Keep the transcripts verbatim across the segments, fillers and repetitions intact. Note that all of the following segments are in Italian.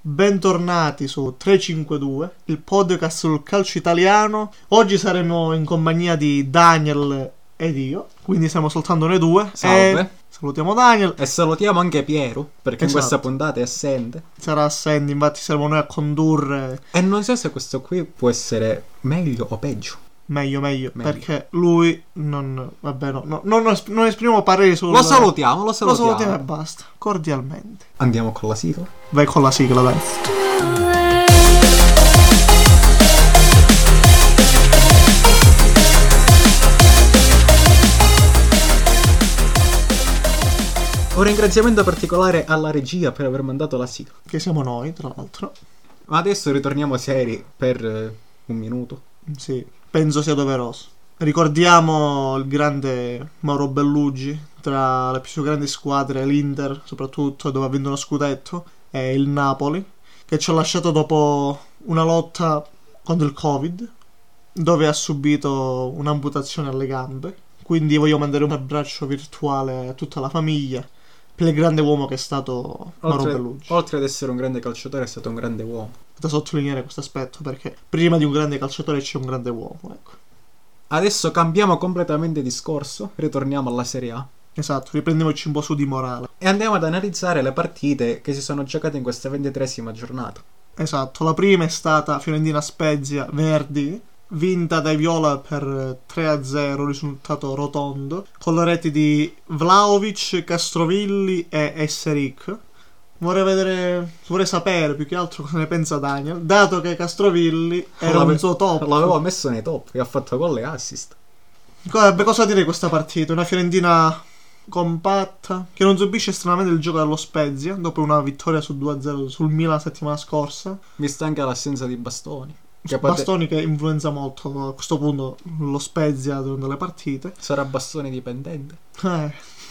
bentornati su trecentocinquantadue, il podcast sul calcio italiano. Oggi saremo in compagnia di Daniel ed io, quindi siamo soltanto noi due. Salve. E salutiamo Daniel. E salutiamo anche Piero, perché Esatto. in questa puntata è assente. Sarà assente, infatti saremo noi a condurre. E non so se questo qui può essere meglio o peggio. Meglio, meglio, Meglio. perché lui non... Vabbè, no, no, non, es- non esprimiamo pareri sul... Lo salutiamo, lo Lo salutiamo. salutiamo e basta, cordialmente. Andiamo con la sigla. Vai con la sigla, dai. Un ringraziamento particolare alla regia per aver mandato la sigla. Che siamo noi, tra l'altro. Ma adesso ritorniamo seri per eh, un minuto. Sì, penso sia doveroso. Ricordiamo il grande Mauro Bellugi, tra le più grandi squadre, l'Inter soprattutto, dove ha vinto uno scudetto, e il Napoli, che ci ha lasciato dopo una lotta contro il Covid, dove ha subito un'amputazione alle gambe. Quindi voglio mandare un abbraccio virtuale a tutta la famiglia, per il grande uomo che è stato Mauro Oltre, Bellugi. oltre ad essere un grande calciatore, è stato un grande uomo. Da sottolineare questo aspetto, perché prima di un grande calciatore c'è un grande uomo, ecco. Adesso cambiamo completamente discorso, ritorniamo alla Serie A Esatto, riprendiamoci un po' su di morale. e andiamo ad analizzare le partite che si sono giocate in questa ventitreesima giornata. Esatto, la prima è stata Fiorentina Spezia Verdi, vinta dai Viola per tre a zero, risultato rotondo, con le reti di Vlahovic, Castrovilli e Esseric. Vorrei vedere, vorrei sapere più che altro cosa ne pensa Daniel, dato che Castrovilli era L'ave- un suo top. L'avevo messo nei top e ha fatto gol e assist. Co- beh, cosa dire di questa partita? Una Fiorentina compatta, che non subisce estremamente il gioco dello Spezia, dopo una vittoria su due a zero sul Milan la settimana scorsa. Vista anche l'assenza di Bastoni. Che pote- Bastoni che influenza molto a questo punto lo Spezia durante le partite. Sarà Bastoni dipendente. Eh,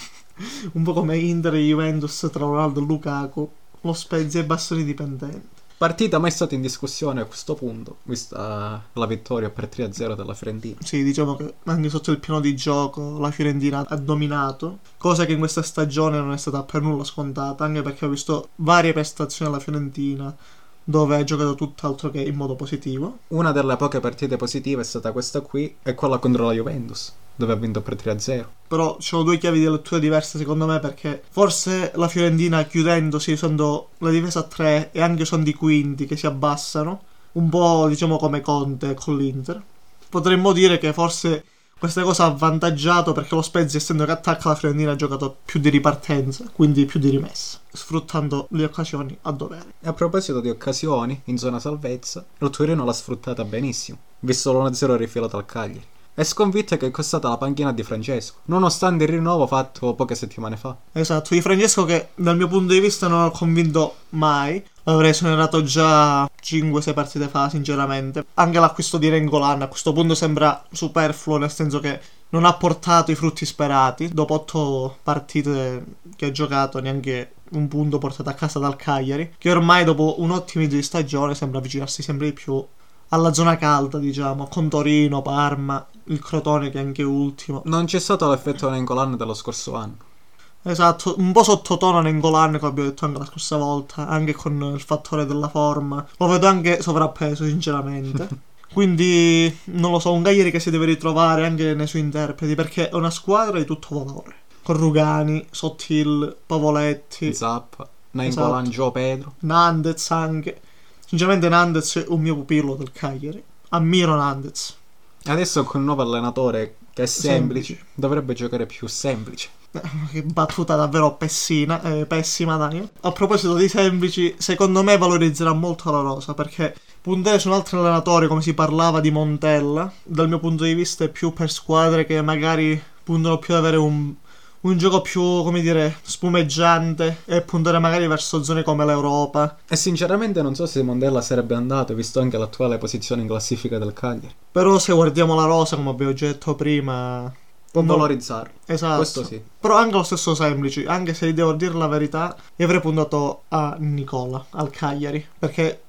un po' come Inter e Juventus tra Ronaldo e Lukaku, lo Spezia è Bastoni dipendente. Partita mai stata in discussione a questo punto, vista la vittoria per tre a zero della Fiorentina. Sì, diciamo che anche sotto il piano di gioco la Fiorentina ha dominato, cosa che in questa stagione non è stata per nulla scontata, anche perché ho visto varie prestazioni alla Fiorentina dove ha giocato tutt'altro che in modo positivo. Una delle poche partite positive è stata questa qui e quella contro la Juventus, dove ha vinto per tre a zero. Però ci sono due chiavi di lettura diverse secondo me, perché forse la Fiorentina chiudendosi usando la difesa a tre e anche usando i quinti che si abbassano, un po' diciamo come Conte con l'Inter, potremmo dire che forse questa cosa ha avvantaggiato, perché lo Spezia, essendo che attacca, la Fiorentina ha giocato più di ripartenza, quindi più di rimessa, sfruttando le occasioni a dovere. E a proposito di occasioni, in zona salvezza, il Torino l'ha sfruttata benissimo, visto l'uno a zero rifilato al Cagliari. È sconfitta che è costata la panchina di Francesco, nonostante il rinnovo fatto poche settimane fa. Esatto, di Francesco che dal mio punto di vista non ho convinto mai, l'avrei esonerato già cinque sei partite fa sinceramente. Anche l'acquisto di Rengolan a questo punto sembra superfluo, nel senso che non ha portato i frutti sperati. Dopo otto partite che ha giocato, neanche un punto portato a casa dal Cagliari, che ormai dopo un ottimo inizio di stagione sembra avvicinarsi sempre di più alla zona calda, diciamo, con Torino, Parma, il Crotone che è anche ultimo. Non c'è stato l'effetto Nengolan dello scorso anno. Esatto, un po' sottotono Nengolan, come abbiamo detto anche la scorsa volta, anche con il fattore della forma. Lo vedo anche sovrappeso, sinceramente. Quindi, non lo so, un Cagliari che si deve ritrovare anche nei suoi interpreti, perché è una squadra di tutto valore. Con Rugani, Sottil, Pavoletti, Zappa, Nengolan, Esatto. Gio Pedro. Nandez anche. Sinceramente Nandez è un mio pupillo del Cagliari. Ammiro Nandez. Adesso con un nuovo allenatore che è semplice, Semplice. dovrebbe giocare più semplice. Che battuta davvero pessina, eh, pessima, Daniel. A proposito di semplici, secondo me valorizzerà molto la rosa, perché puntare su un altro allenatore, come si parlava di Montella, dal mio punto di vista è più per squadre che magari puntano più ad avere un, un gioco più, come dire, spumeggiante, e puntare magari verso zone come l'Europa. E sinceramente non so se Montella sarebbe andato, visto anche l'attuale posizione in classifica del Cagliari. Però se guardiamo la rosa, come abbiamo già detto prima, Può no- valorizzarlo. Esatto. Questo sì. Però anche lo stesso semplici, anche se devo dire la verità, io avrei puntato a Nicola, al Cagliari, perché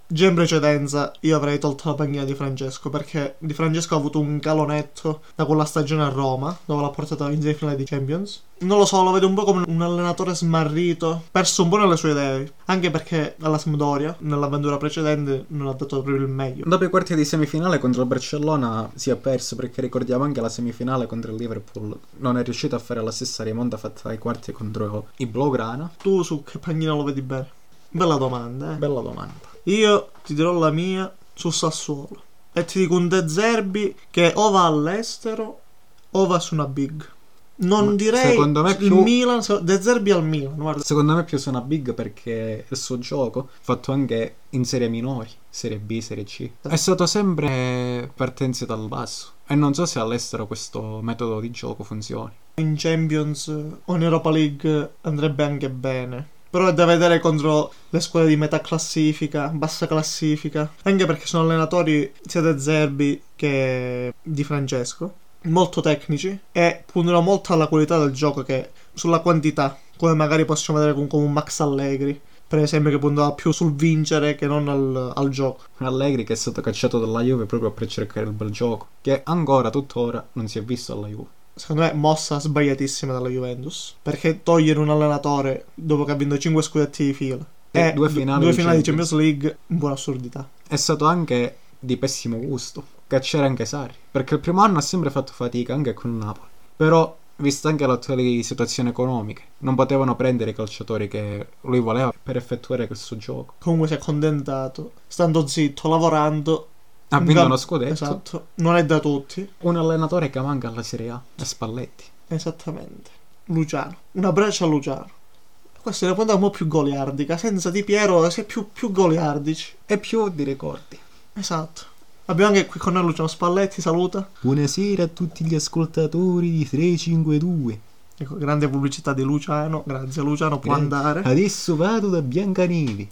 già in precedenza io avrei tolto la panchina di Francesco, perché Di Francesco ha avuto un calo netto da quella stagione a Roma, dove l'ha portata in semifinale di Champions. Non lo so, lo vedo un po' come un allenatore smarrito, perso un po' nelle sue idee, anche perché alla Sampdoria, nell'avventura precedente, non ha dato proprio il meglio. Dopo i quarti di semifinale contro il Barcellona si è perso, perché ricordiamo anche la semifinale contro il Liverpool. Non è riuscito a fare la stessa rimonta fatta ai quarti contro i Blaugrana. Tu su che panchina lo vedi bene? Bella domanda, eh. Bella domanda. Io ti dirò la mia su Sassuolo. E ti dico un De Zerbi che o va all'estero o va su una big. Non Ma direi secondo me il più- Milan, se- De Zerbi al Milan, guarda. Secondo me più su una big, perché il suo gioco, fatto anche in serie minori, Serie B, Serie C, è stato sempre partenza dal basso. E non so se all'estero questo metodo di gioco funzioni. In Champions o in Europa League andrebbe anche bene. Però è da vedere contro le squadre di metà classifica, bassa classifica. Anche perché sono allenatori sia De Zerbi che Di Francesco, molto tecnici, e puntano molto alla qualità del gioco che sulla quantità, come magari possiamo vedere con, con un Max Allegri, per esempio, che puntava più sul vincere che non al, al gioco. Allegri che è stato cacciato dalla Juve proprio per cercare il bel gioco, che ancora tuttora non si è visto alla Juve. Secondo me mossa sbagliatissima dalla Juventus, perché togliere un allenatore dopo che ha vinto cinque scudetti di fila E e due du- finali due di finali di Champions. Champions League, un po' un'assurdità. È stato anche di pessimo gusto cacciare anche Sarri, perché il primo anno ha sempre fatto fatica anche con il Napoli. Però, vista anche l'attuale situazione economica, non potevano prendere i calciatori che lui voleva per effettuare questo gioco. Comunque si è accontentato, stando zitto, lavorando. Ha Un vinto cam- uno scudetto. Esatto, non è da tutti. Un allenatore che manca alla Serie A, è Spalletti. Esattamente. Luciano, una breccia a Luciano. Questa è una puntata un po' più goliardica, senza Di Piero si è più, più goliardici. E più di ricordi. Esatto. Abbiamo anche qui con noi Luciano Spalletti, saluta. Buonasera a tutti gli ascoltatori di trecentocinquantadue. Ecco, grande pubblicità di Luciano, grazie Luciano, può Grazie. andare. Adesso vado da Biancanevi.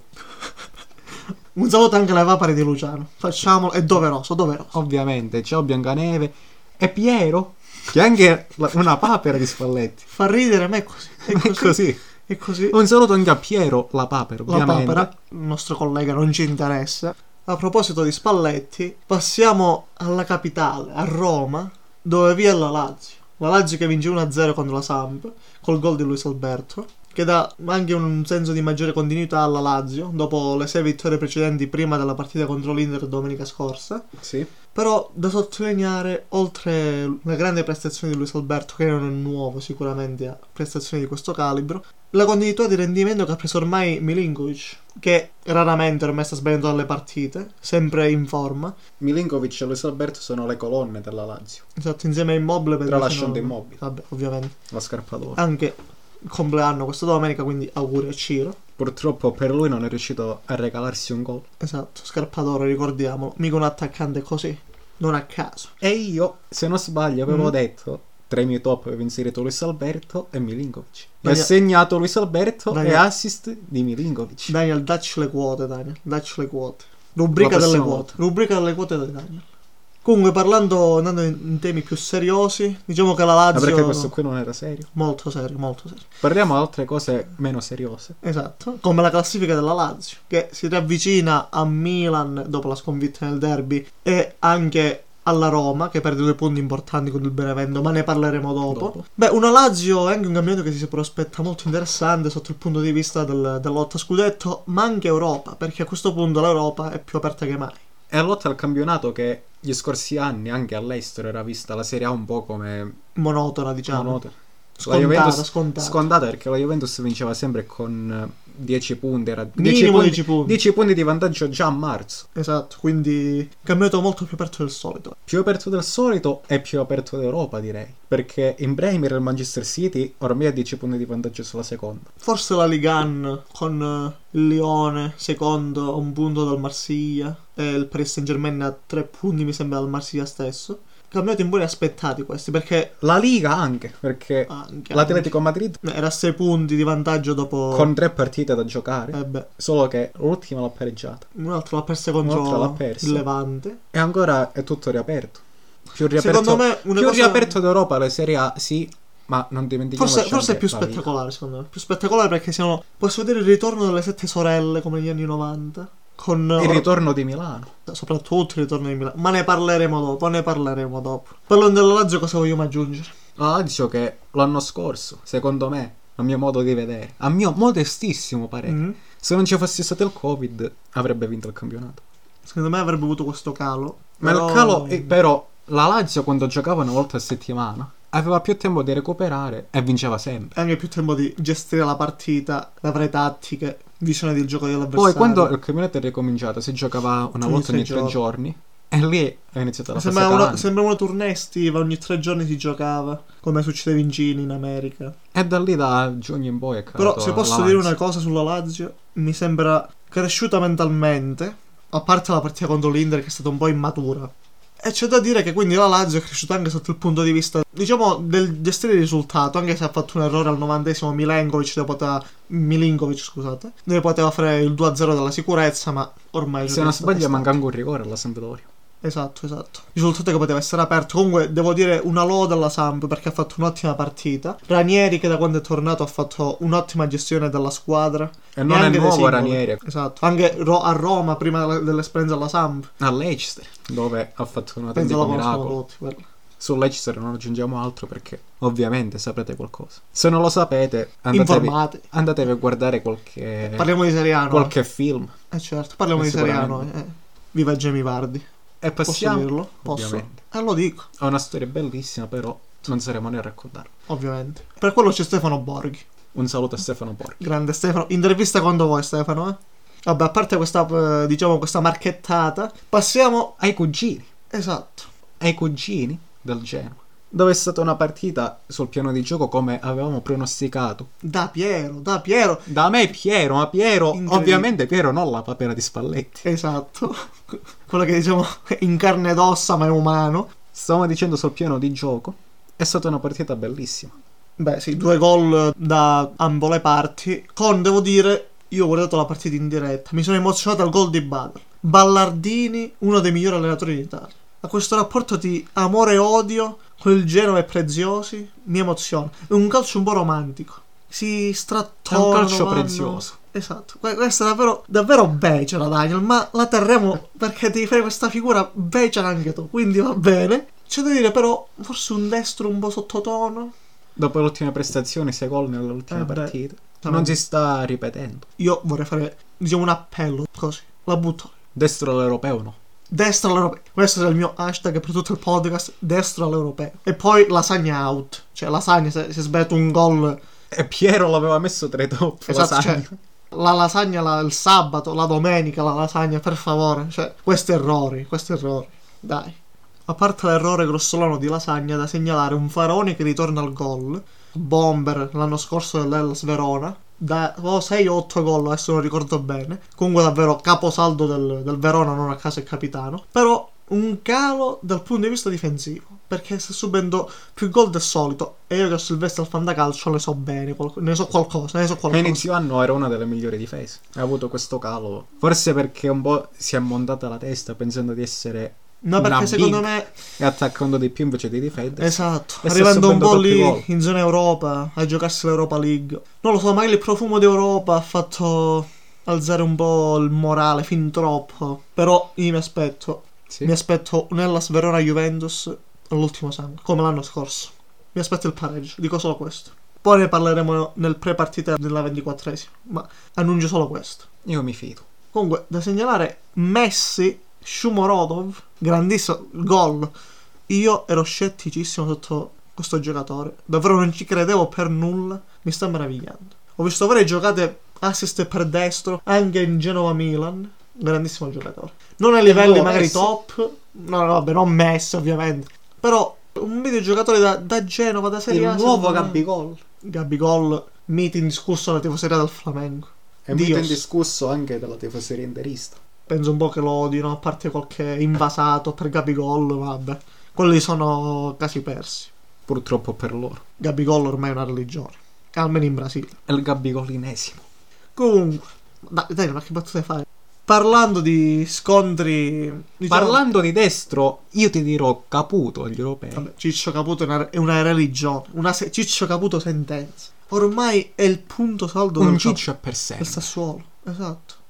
Un saluto anche alle papere di Luciano, facciamolo, è doveroso, doveroso. Ovviamente, ciao Biancaneve. E Piero, che è anche la- una papera di Spalletti. Fa ridere, ma è così, è È così, così. è così. Un saluto anche a Piero, la papera, La ovviamente. papera, il nostro collega, non ci interessa. A proposito di Spalletti, passiamo alla capitale, a Roma, dove vi è la Lazio. La Lazio che vince uno a zero contro la Samp, col gol di Luis Alberto, che dà anche un senso di maggiore continuità alla Lazio, dopo le sei vittorie precedenti prima della partita contro l'Inter domenica scorsa. Sì. Però da sottolineare, oltre la grande prestazione di Luis Alberto, che non è nuovo sicuramente a prestazioni di questo calibro, la continuità di rendimento che ha preso ormai Milinkovic, che raramente ormai sta sbagliando dalle partite, sempre in forma. Milinkovic e Luis Alberto sono le colonne della Lazio. Esatto, insieme a Immobile. perché Tralasciando sono- Immobile. Vabbè, ovviamente. La scarpa d'oro. Anche il compleanno questa domenica, quindi auguri a Ciro. Purtroppo per lui non è riuscito a regalarsi un gol. Esatto, Scarpadoro, ricordiamolo. Mica un attaccante così, non a caso. E io, se non sbaglio, avevo Mm. detto tra i miei top avevo inserito Luis Alberto e Milinkovic. E ho Daniel- segnato Luis Alberto Daniel- e assist di Milinkovic. Daniel, dacci le quote, Daniel, dacci le quote. Rubrica La delle prossima quote. volta. Rubrica delle quote di Daniel. Comunque, parlando, andando in, in temi più seriosi, diciamo che la Ma Lazio... perché questo qui non era serio? Molto serio, molto serio. Parliamo di altre cose meno seriose. Esatto, come la classifica della Lazio, che si riavvicina a Milan dopo la sconfitta nel derby e anche alla Roma, che perde due punti importanti con il Benevento, ma ne parleremo dopo. Dopo. Beh, una Lazio è anche un campionato che si prospetta molto interessante sotto il punto di vista del, della lotta a scudetto, ma anche Europa, perché a questo punto l'Europa è più aperta che mai. È la lotta al campionato che gli scorsi anni, anche all'estero, era vista la Serie A un po' come Monotona, diciamo. monotona. Scontata, La Juventus- scontata. Scontata, perché la Juventus vinceva sempre con eh, dieci punti, era Minimo punti, dieci punti. dieci punti di vantaggio già a marzo. Esatto, quindi campionato molto più aperto del solito. Più aperto del solito e più aperto d'Europa, direi. Perché in Premier il Manchester City ormai ha dieci punti di vantaggio sulla seconda. Forse la Ligue uno con eh, il Lione secondo a un punto dal Marsiglia e il Paris Saint-Germain a tre punti mi sembra dal Marsiglia stesso. Campionati un po' inaspettati questi, perché La Liga anche, perché anche, l'Atletico Madrid anche- era a sei punti di vantaggio dopo con tre partite da giocare, eh beh, solo che l'ultima l'ha pareggiata. un altro l'ha persa contro Un'altra l'ha persa. il Levante. E ancora è tutto riaperto. Più riaperto, Secondo me una più cosa- riaperto d'Europa la Serie A, sì, ma non dimentichiamoci Forse, forse è anche più la Liga. spettacolare, secondo me. Più spettacolare perché siamo. Posso vedere il ritorno delle sette sorelle come negli anni novanta. Con Il ritorno di Milano. soprattutto il ritorno di Milano. Ma ne parleremo dopo, ne parleremo dopo. Parlando della Lazio, cosa vogliamo aggiungere? La Lazio che l'anno scorso, secondo me, a mio modo di vedere, a mio modestissimo parere, Mm. se non ci fosse stato il Covid, avrebbe vinto il campionato. Secondo me avrebbe avuto questo calo. Ma però... il calo, eh, però, la Lazio quando giocava una volta a settimana aveva più tempo di recuperare e vinceva sempre. anche più tempo di gestire la partita, avere tattiche, visione del gioco dell'avversario. Poi quando il campionato è ricominciato si giocava una Ogni volta tre ogni tre giorni. giorni e lì è iniziata la fase Sembra una, calante. sembra una tournée estiva, ogni tre giorni si giocava, come succedeva in Cina, in America. E da lì da giugno in poi è calato. Però se posso la dire Lazio. una cosa sulla Lazio, mi sembra cresciuta mentalmente, a parte la partita contro l'Inter che è stata un po' immatura. E c'è da dire che quindi la Lazio è cresciuta anche sotto il punto di vista, diciamo, del gestire il risultato, anche se ha fatto un errore al novantesimo Milenkovic, dove poteva, Milinkovic, scusate, dove poteva fare il due a zero della sicurezza, ma ormai... Se non è stato sbaglio manca stato. anche un rigore alla Sampdoria. Esatto, esatto. Il risultato che poteva essere aperto. Comunque devo dire una lode alla Samp perché ha fatto un'ottima partita. Ranieri che da quando è tornato ha fatto un'ottima gestione della squadra. E non è anche dei nuovo singoli. Ranieri. Esatto. Anche Ro- a Roma prima della- dell'esperienza alla Samp. A Leicester, dove ha fatto un Penso autentico la conoscono miracolo. tutti quella. Su Leicester non aggiungiamo altro perché ovviamente saprete qualcosa. Se non lo sapete, andatevi, Informati. andatevi a guardare qualche, Parliamo di Serie A, no? qualche film. Eh certo, parliamo di Serie A, no? Eh. Viva Jamie Vardy. E Posso passiamo. dirlo? Posso? Ovviamente. Eh, lo dico, È una storia bellissima, però non saremo noi a raccontarla. ovviamente. Per quello c'è Stefano Borghi. Un saluto a Stefano Borghi. Grande Stefano. Intervista con voi, Stefano, eh? Vabbè, a parte questa, eh, diciamo, questa marchettata, passiamo... Ai cugini. Esatto. Ai cugini del Genoa. Dove è stata una partita sul piano di gioco come avevamo pronosticato. Da Piero, da Piero. Da me Piero, ma Piero, Incredibile. ovviamente Piero non la papera di Spalletti. Esatto. Quello che diciamo è in carne ed ossa, ma è umano. Stavamo dicendo sul piano di gioco. È stata una partita bellissima. Beh, sì, due gol da ambo le parti. Con, devo dire, io ho guardato la partita in diretta. Mi sono emozionato al gol di Badr. Ballardini, uno dei migliori allenatori d'Italia. A questo rapporto di amore e odio con il Genova e Preziosi mi emoziona. È un calcio un po' romantico. Si È strattonano, un calcio vanno- prezioso. Esatto, Que- questa è davvero, davvero becera, Daniel, ma la terremo perché devi fare questa figura becera anche tu, quindi va bene. C'è da dire però, forse un destro un po' sottotono. Dopo le ultime prestazioni, sei gol nelle ultime Eh beh. partite. Non si sta ripetendo. Io vorrei fare, diciamo, un appello, così, la butto. Destro all'europeo no. Destra all'europeo. Questo è il mio hashtag per tutto il podcast, destro all'europeo. E poi lasagna out. Cioè, lasagna, se si è sbagliato un gol... E Piero l'aveva messo tra i top. Esatto, lasagna. cioè, la lasagna la- il sabato, la domenica, la lasagna, per favore. Cioè, questi errori, questi errori. Dai. A parte l'errore grossolano di lasagna, da segnalare un Faraoni che ritorna al gol. Bomber l'anno scorso dell'Hellas Verona. Da oh, sei o otto gol, adesso non ricordo bene. Comunque davvero caposaldo del, del Verona, non a caso è capitano. Però un calo dal punto di vista difensivo. Perché sta subendo più gol del solito. E io che ho Silvestre al fantacalcio ne so bene, qualco- ne so qualcosa, ne so A qualcosa. inizio anno era una delle migliori difese. Ha avuto questo calo. Forse perché un po' si è montata la testa pensando di essere No, perché una secondo big me... e attaccando di più invece di difendere. Esatto, E sta arrivando un subendo po' troppi lì gol. in zona Europa a giocarsi l'Europa League. Non lo so, magari il profumo d'Europa ha fatto alzare un po' il morale fin troppo. Però io mi aspetto, Sì. mi aspetto un Hellas Verona Juventus all'ultimo sangue, come l'anno scorso. Mi aspetto il pareggio, dico solo questo. Poi ne parleremo nel pre-partita della ventiquattresima, ma annuncio solo questo. Io mi fido. Comunque, da segnalare Messi, Shumorodov, grandissimo gol. Io ero scetticissimo sotto questo giocatore. Davvero non ci credevo per nulla. Mi sta meravigliando. Ho visto varie giocate, assist per destro, anche in Genova-Milan. Grandissimo giocatore. Non ai livelli nuovo magari Messi? top. No, no, vabbè, non Messi ovviamente. Però un videogiocatore da, da Genova, da Serie A. Il nuovo secondo me. Gabigol. Gabigol, mito indiscusso alla tifoseria del Flamengo. È mito Dios. indiscusso anche della tifoseria interista. Penso un po' che lo odino, a parte qualche invasato per Gabigol, vabbè. Quelli sono casi persi. Purtroppo per loro. Gabigol ormai è una religione. Almeno in Brasile. È il Gabigolinesimo. Comunque, dai, dai, ma che battute fai? Parlando di scontri... diciamo- Parlando di destro, io ti dirò Caputo agli europei. Vabbè, Ciccio Caputo è una, è una religione. Una se- Ciccio Caputo sentenza. Ormai è il punto saldo Un del, ciccio Cap- per del sempre. Sassuolo. Esatto.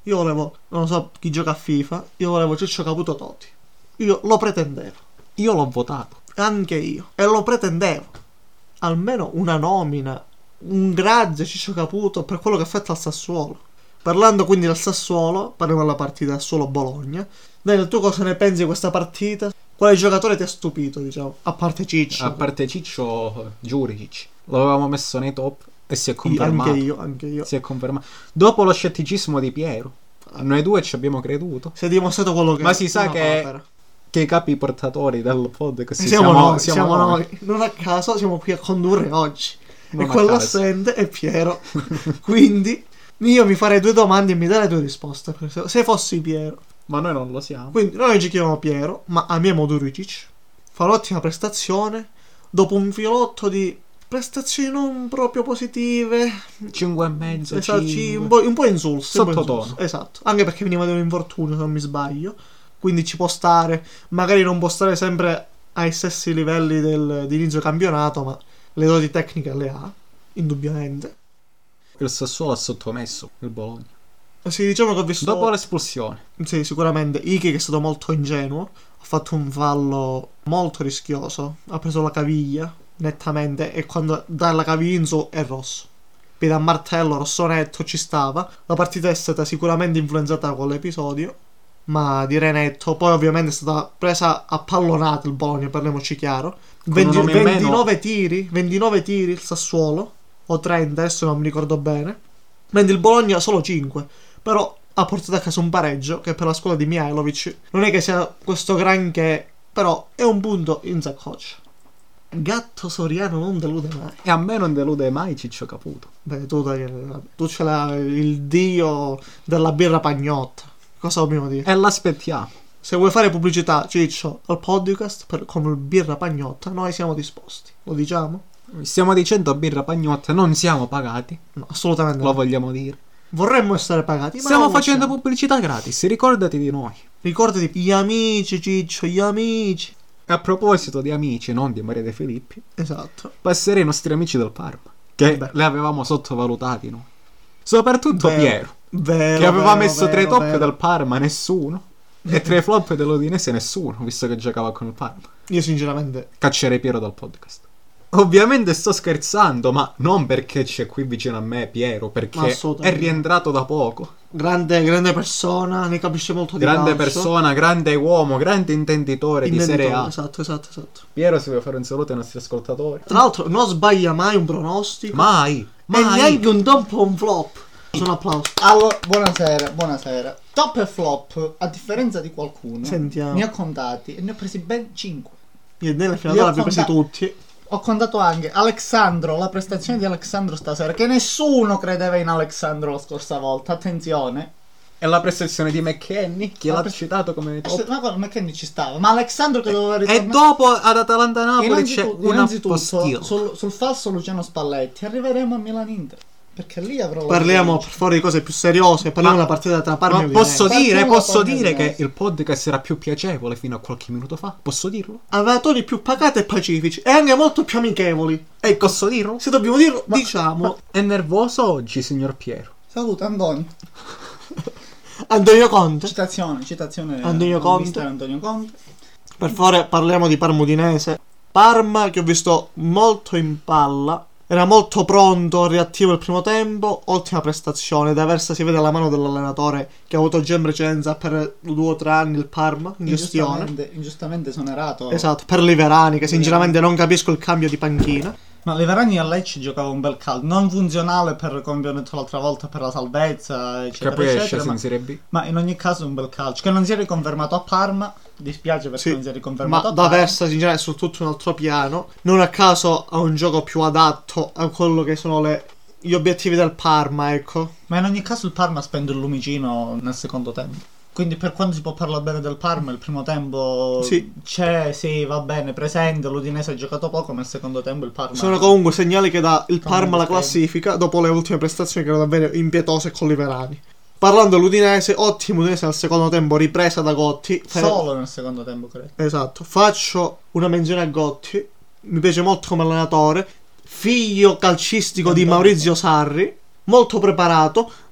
Io volevo, non lo so chi gioca a FIFA, io volevo Ciccio Caputo Totti. Io lo pretendevo. Io l'ho votato. Anche io. E lo pretendevo. Almeno una nomina. Un grazie Ciccio Caputo per quello che ha fatto al Sassuolo. Parlando quindi del Sassuolo, parliamo della partita Sassuolo-Bologna. Daniel, tu cosa ne pensi di questa partita? Quale giocatore ti ha stupito, diciamo? A parte Ciccio. A parte Ciccio, Juricic. L'avevamo messo nei top e si è confermato. Anche io, anche io. Si è confermato. Dopo lo scetticismo di Piero, noi due ci abbiamo creduto. Si è dimostrato quello che Ma si sa una che, papera. che i capi portatori del podcast Siamo, siamo, noi, siamo siamo noi. noi. Non a caso siamo qui a condurre oggi. Non e a quello caso. assente è Piero. Quindi io mi farei due domande e mi darei due risposte. Se se fossi Piero. Ma noi non lo siamo. Quindi noi ci chiamiamo Piero, ma amiamo Juricic. Fa un'ottima prestazione. Dopo un filotto di prestazioni non proprio positive. cinque e mezzo, Esatto, cinque. un po', un po' insulse. un po' Sottotono. insulse. Esatto. Anche perché veniva da un infortunio, se non mi sbaglio. Quindi ci può stare. Magari non può stare sempre ai stessi livelli del, di inizio campionato, ma le doti tecniche le ha, indubbiamente. Il Sassuolo ha sottomesso il Bologna. Sì, diciamo che ho visto... Dopo l'espulsione. Sì, sicuramente. Iki, che è stato molto ingenuo, ha fatto un fallo molto rischioso. Ha preso la caviglia, nettamente, e quando dà la caviglia in su è rosso. Piede a martello, rosso netto, ci stava. La partita è stata sicuramente influenzata con l'episodio, ma direi netto. Poi ovviamente è stata presa a pallonate il Bologna, parliamoci chiaro. venti, un uomo in meno. ventinove tiri, ventinove tiri il Sassuolo, o trenta, adesso non mi ricordo bene. Mentre il Bologna solo cinque. Però ha portato a casa un pareggio che per la scuola di Mihajlovic non è che sia questo granché, però è un punto in saccoccia. Gatto Soriano non delude mai. E a me non delude mai Ciccio Caputo. Beh, tu, Daniele, tu ce l'hai il dio della birra pagnotta. Cosa dobbiamo dire? E l'aspettiamo. Se vuoi fare pubblicità, Ciccio, al podcast per, come il birra pagnotta, noi siamo disposti. Lo diciamo? Stiamo dicendo birra pagnotta, non siamo pagati. No, assolutamente Lo no. vogliamo dire. Vorremmo essere pagati, ma Stiamo non lo facendo siamo. pubblicità gratis, ricordati di noi. Ricordati, gli amici, Ciccio, gli amici. E a proposito di amici, non di Maria De Filippi, Esatto. passerei ai nostri amici del Parma, che Beh. li avevamo sottovalutati noi. Soprattutto Vero, Piero, Vero, che aveva vero, messo tra i vero, top vero. del Parma nessuno, e tra i flop dell'Udinese nessuno, visto che giocava con il Parma. Io sinceramente Caccerei Piero dal podcast. Ovviamente sto scherzando, ma non perché c'è qui vicino a me Piero, perché è Assolutamente. rientrato da poco. grande, grande persona, ne capisce molto di Grande calcio. persona, grande uomo, grande intenditore di Intenditore, Serie A. Esatto, esatto, esatto. Piero, se vuoi fare un saluto ai nostri ascoltatori. Tra l'altro non sbaglia mai un pronostico. Mai, E mai. neanche un top o un flop. Un applauso. Allora, buonasera, buonasera. Top e flop, a differenza di qualcuno, Sentiamo. ne ho contati e ne ho presi ben cinque. Io nella Li finale ho l'abbiamo presi conta- tutti. Ho contato anche Alexandro, la prestazione di Alexandro stasera, che nessuno credeva in Alexandro la scorsa volta, attenzione. E la prestazione di McKenny, chi La l'ha pres- citato come top. Ma quello McKenny ci stava, ma Alexandro che doveva E ritornare... dopo ad Atalanta-Napoli c'è Innanzitutto, una innanzitutto postilla. sul, sul falso Luciano Spalletti arriveremo a Milan-Inter, perché lì avrò la Parliamo per rivincita. favore di cose più seriose. Parliamo Ma- della partita tra Parma Ma e posso Udinese. dire, Partiamo posso da dire Udinese. che il podcast era più piacevole fino a qualche minuto fa? Posso dirlo? Aveva toni più pacati e pacifici e anche molto più amichevoli. Ecco, Posso dirlo? se dobbiamo dirlo, diciamo. È nervoso oggi, signor Piero? Saluta Antonio. Antonio Conte. Citazione, citazione Antonio a Conte. mister Antonio Conte. Per favore, parliamo di Parma Udinese. Parma che ho visto molto in palla. Era molto pronto, reattivo il primo tempo. Ottima prestazione. Da Versa si vede la mano dell'allenatore che ha avuto già in precedenza per due o tre anni il Parma in gestione. Ingiustamente, ingiustamente esonerato. Esatto, per Liverani che sinceramente non capisco il cambio di panchina. Ma Liverani a Lecce giocava un bel calcio, non funzionale per, come abbiamo detto l'altra volta, per la salvezza, Che eccetera, poi è eccetera, sceso ma, in Serie B. ma in ogni caso un bel calcio, che non si è riconfermato a Parma, dispiace perché Sì, non si è riconfermato ma a da Parma. Versa sinceramente è su tutto un altro piano. Non a caso ha un gioco più adatto a quello che sono le, gli obiettivi del Parma, ecco. Ma in ogni caso il Parma spende il lumicino nel secondo tempo. Quindi per quanto si può parlare bene del Parma, il primo tempo Sì. c'è, sì, va bene, presente, l'Udinese ha giocato poco, ma il secondo tempo il Parma... Sono comunque segnali che dà il Come Parma alla difende. classifica dopo le ultime prestazioni che erano davvero impietose con Liverani. Parlando dell'Udinese, ottimo Udinese al secondo tempo, ripresa da Gotti. Solo nel secondo tempo, credo. Esatto. Faccio una menzione a Gotti. Mi piace molto come allenatore. Figlio calcistico di Maurizio Sarri. Molto preparato.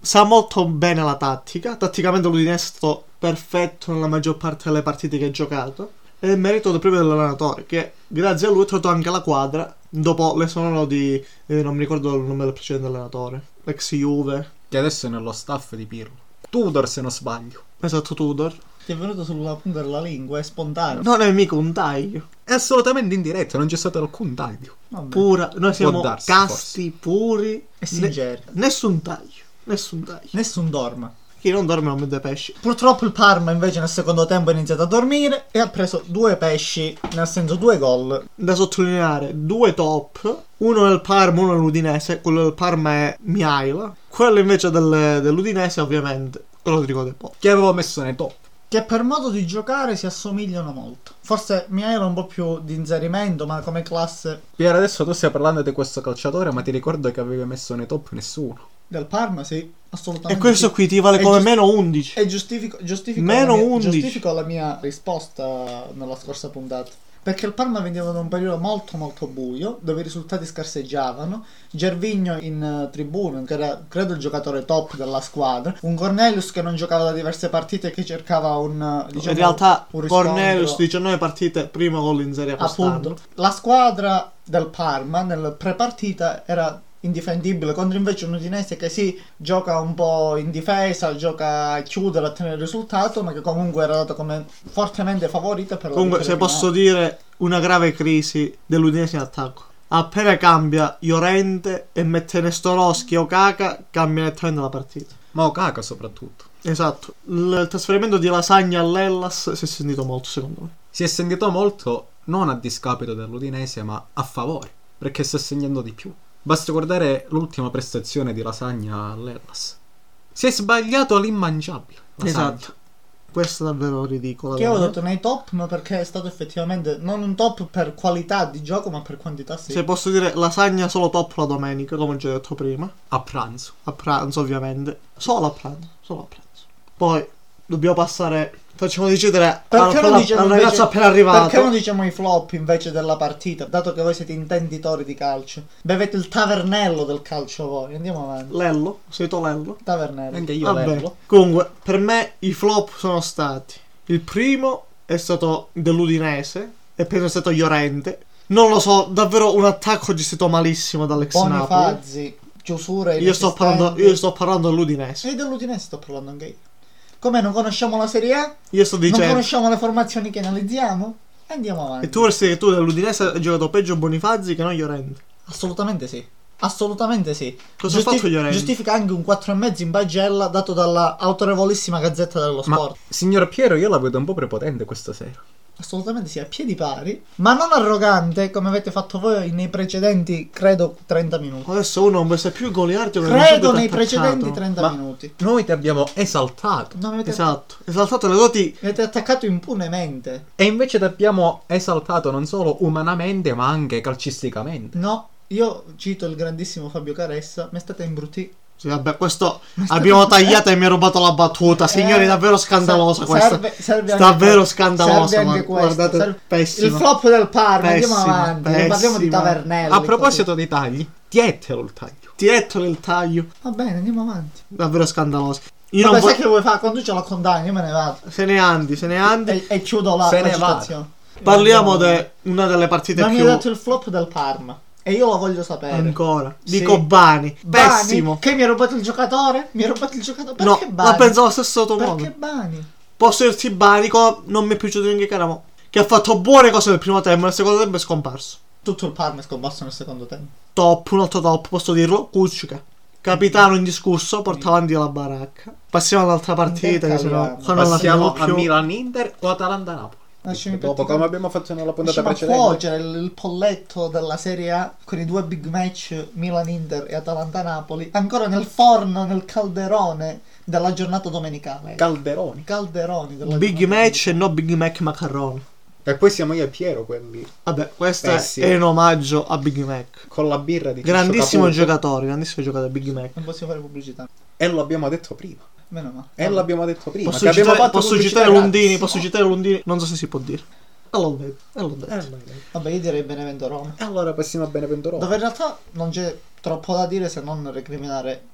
sa molto bene la tattica. Tatticamente l'Udinese è stato perfetto nella maggior parte delle partite che ha giocato. È il merito del- proprio dell'allenatore, che grazie a lui ha trovato anche la quadra. Dopo l'esonero di... eh, non mi ricordo il nome del precedente allenatore. L'ex Juve. Che adesso è nello staff di Pirlo. Tudor, se non sbaglio. Esatto, Tudor. Ti è venuto sulla punta della lingua, è spontaneo. Non è mica un taglio. È assolutamente in diretta, non c'è stato alcun taglio. Vabbè. Pura. Noi siamo darsi, casti, puri. E Ne- sinceri. nessun taglio. Nessun taglio. Nessun dorma. Chi non dorme non mette pesci. Purtroppo il Parma invece nel secondo tempo ha iniziato a dormire e ha preso due pesci, nel senso due gol. Da sottolineare due top, uno del Parma, uno dell'Udinese. Quello del Parma è Mihaila, quello invece del- dell'Udinese ovviamente quello di Rodrigo De Paul. Che avevo messo nei top. Che per modo di giocare si assomigliano molto. Forse Mihailo un po' più di inserimento, ma come classe Piero, adesso tu stai parlando di questo calciatore, ma ti ricordo che avevi messo nei top nessuno. del Parma, sì, assolutamente. E questo sì. qui ti vale E come giust- meno undici. E giustifico, giustifico, Meno la mia, undici. giustifico la mia risposta nella scorsa puntata. Perché il Parma veniva da un periodo molto molto buio, dove i risultati scarseggiavano. Gervinho in uh, tribuna, che era credo il giocatore top della squadra. Un Cornelius che non giocava da diverse partite e che cercava un uh, diciamo, In realtà un riscontro. Cornelius diciannove partite, primo gol in Serie A quest'anno. Appunto, la squadra del Parma nel pre-partita era indifendibile contro invece un Udinese che sì, gioca un po' in difesa, gioca a chiudere, a tenere il risultato, ma che comunque era dato come fortemente favorita per la Comunque, se vittoria posso finale. dire, una grave crisi dell'Udinese in attacco. Appena cambia Llorente e mette Nestorowski o Kaka, cambia nettamente la partita. Ma Okaka soprattutto. Esatto. Il trasferimento di Lasagna all'Hellas si è sentito molto, secondo me. Si è sentito molto non a discapito dell'Udinese, ma a favore, perché sta segnando di più. Basta guardare l'ultima prestazione di Lasagna all'Hellas. Si è sbagliato all'immangiabile. Lasagna. Esatto. Questo è davvero ridicolo. Che ho davvero. detto nei top, ma perché è stato effettivamente non un top per qualità di gioco, ma per quantità sì. Se posso dire, Lasagna solo top la domenica, come ho già detto prima. A pranzo. A pranzo, ovviamente. Solo a pranzo. Solo a pranzo. Poi, dobbiamo passare... Facciamo decidere Perché al, non al- diciamo al invece- ragazzo appena arrivato. Perché non diciamo i flop invece della partita, dato che voi siete intenditori di calcio? Bevete il tavernello del calcio voi, andiamo avanti. Lello, sei tu Lello? Tavernello. Anche io Vabbè. Lello. Comunque, per me i flop sono stati: il primo è stato dell'Udinese e penso sia stato Llorente. Non lo so, davvero un attacco gestito malissimo dall'ex Napoli. Bonifazzi, chiusure Io sto parlando, io sto parlando dell'Udinese. E dell'Udinese sto parlando anche io. Come non conosciamo la Serie A? Io sto Non dicendo. conosciamo le formazioni che analizziamo? Andiamo avanti. E tu vorresti che tu dell'Udinese hai giocato peggio Bonifazzi che non Llorente. Assolutamente sì. Assolutamente sì. Cosa ha fatto Llorente? Giustifica anche un quattro e mezzo in pagella dato dalla autorevolissima Gazzetta dello Ma, Sport. signor Piero, io la vedo un po' prepotente questa sera. Assolutamente sì, a piedi pari, ma non arrogante come avete fatto voi nei precedenti, credo, trenta minuti. Adesso uno non può essere più goliardico che non Credo subito nei attaccato. precedenti trenta Ma- minuti. Noi ti abbiamo esaltato. Non avete, Esatto. Esaltato le doti. avete attaccato impunemente. E invece ti abbiamo esaltato non solo umanamente, ma anche calcisticamente. No, io cito il grandissimo Fabio Caressa, mi state imbruttito. Sì, vabbè, questo abbiamo tagliato e mi ha rubato la battuta. Signori, Eh, davvero scandaloso ser- questo. serve- serve anche Davvero questo. scandaloso. Serve anche guarda- questo, Guardate, serve- pessimo. Il flop del Parma, andiamo Pessimo, avanti, non parliamo di pessimo. tavernelli. A proposito di tagli, tietelo il taglio. Tietolo il taglio. Va bene, andiamo avanti. Davvero scandaloso. Io Vabbè, non sai vo- che vuoi fare? Conduce la condanna, io me ne vado. Se ne andi, se ne andi. E, e chiudo la, Se la ne va. citazione. Parliamo Andiamo di una delle partite Non mi più. hai detto il flop del Parma. E io lo voglio sapere. Ancora. Sì. Dico Bani. Bani? Pessimo. Che mi ha rubato il giocatore? Mi ha rubato il giocatore? No, Perché Bani? la penso allo stesso tuo modo. Perché Bani? Posso dirti Bani, co- non mi è piaciuto neanche Caramo. Che ha fatto buone cose nel primo tempo, nel secondo tempo è scomparso. Tutto il Parma è scomparso nel secondo tempo. Top, un altro top, posso dirlo? Kuczka. Capitano indiscusso, porta avanti la baracca. Passiamo all'altra partita, che sennò Intercaliamo. qua non la Passiamo finiamo a più. Milan-Inter o Atalanta-Napoli. Lasciami Dopo, pettinato. come abbiamo fatto nella puntata Riusciamo a precedente. cuocere il, il polletto della Serie A con i due big match Milan-Inter e Atalanta-Napoli ancora nel forno, nel calderone della giornata domenicale. Calderoni. Calderoni della Big giornata match e no Big Mac macaroni. E poi siamo io e Piero quelli Vabbè, questo Pessimo. è in omaggio a Big Mac. con la birra di Ciccio Grandissimo Caputo. giocatore, grandissimo giocatore Big Mac. Non possiamo fare pubblicità. E lo abbiamo detto prima. Meno male. E lo abbiamo detto prima. Posso che abbiamo citare, fatto posso pubblicità citare gratis. Lundini, posso citare Lundini, non so se si può dire. E l'ho detto, e l'ho detto. Eh, Vabbè, io direi Benevento Roma. E allora passiamo a Benevento Roma. Dove in realtà non c'è troppo da dire se non recriminare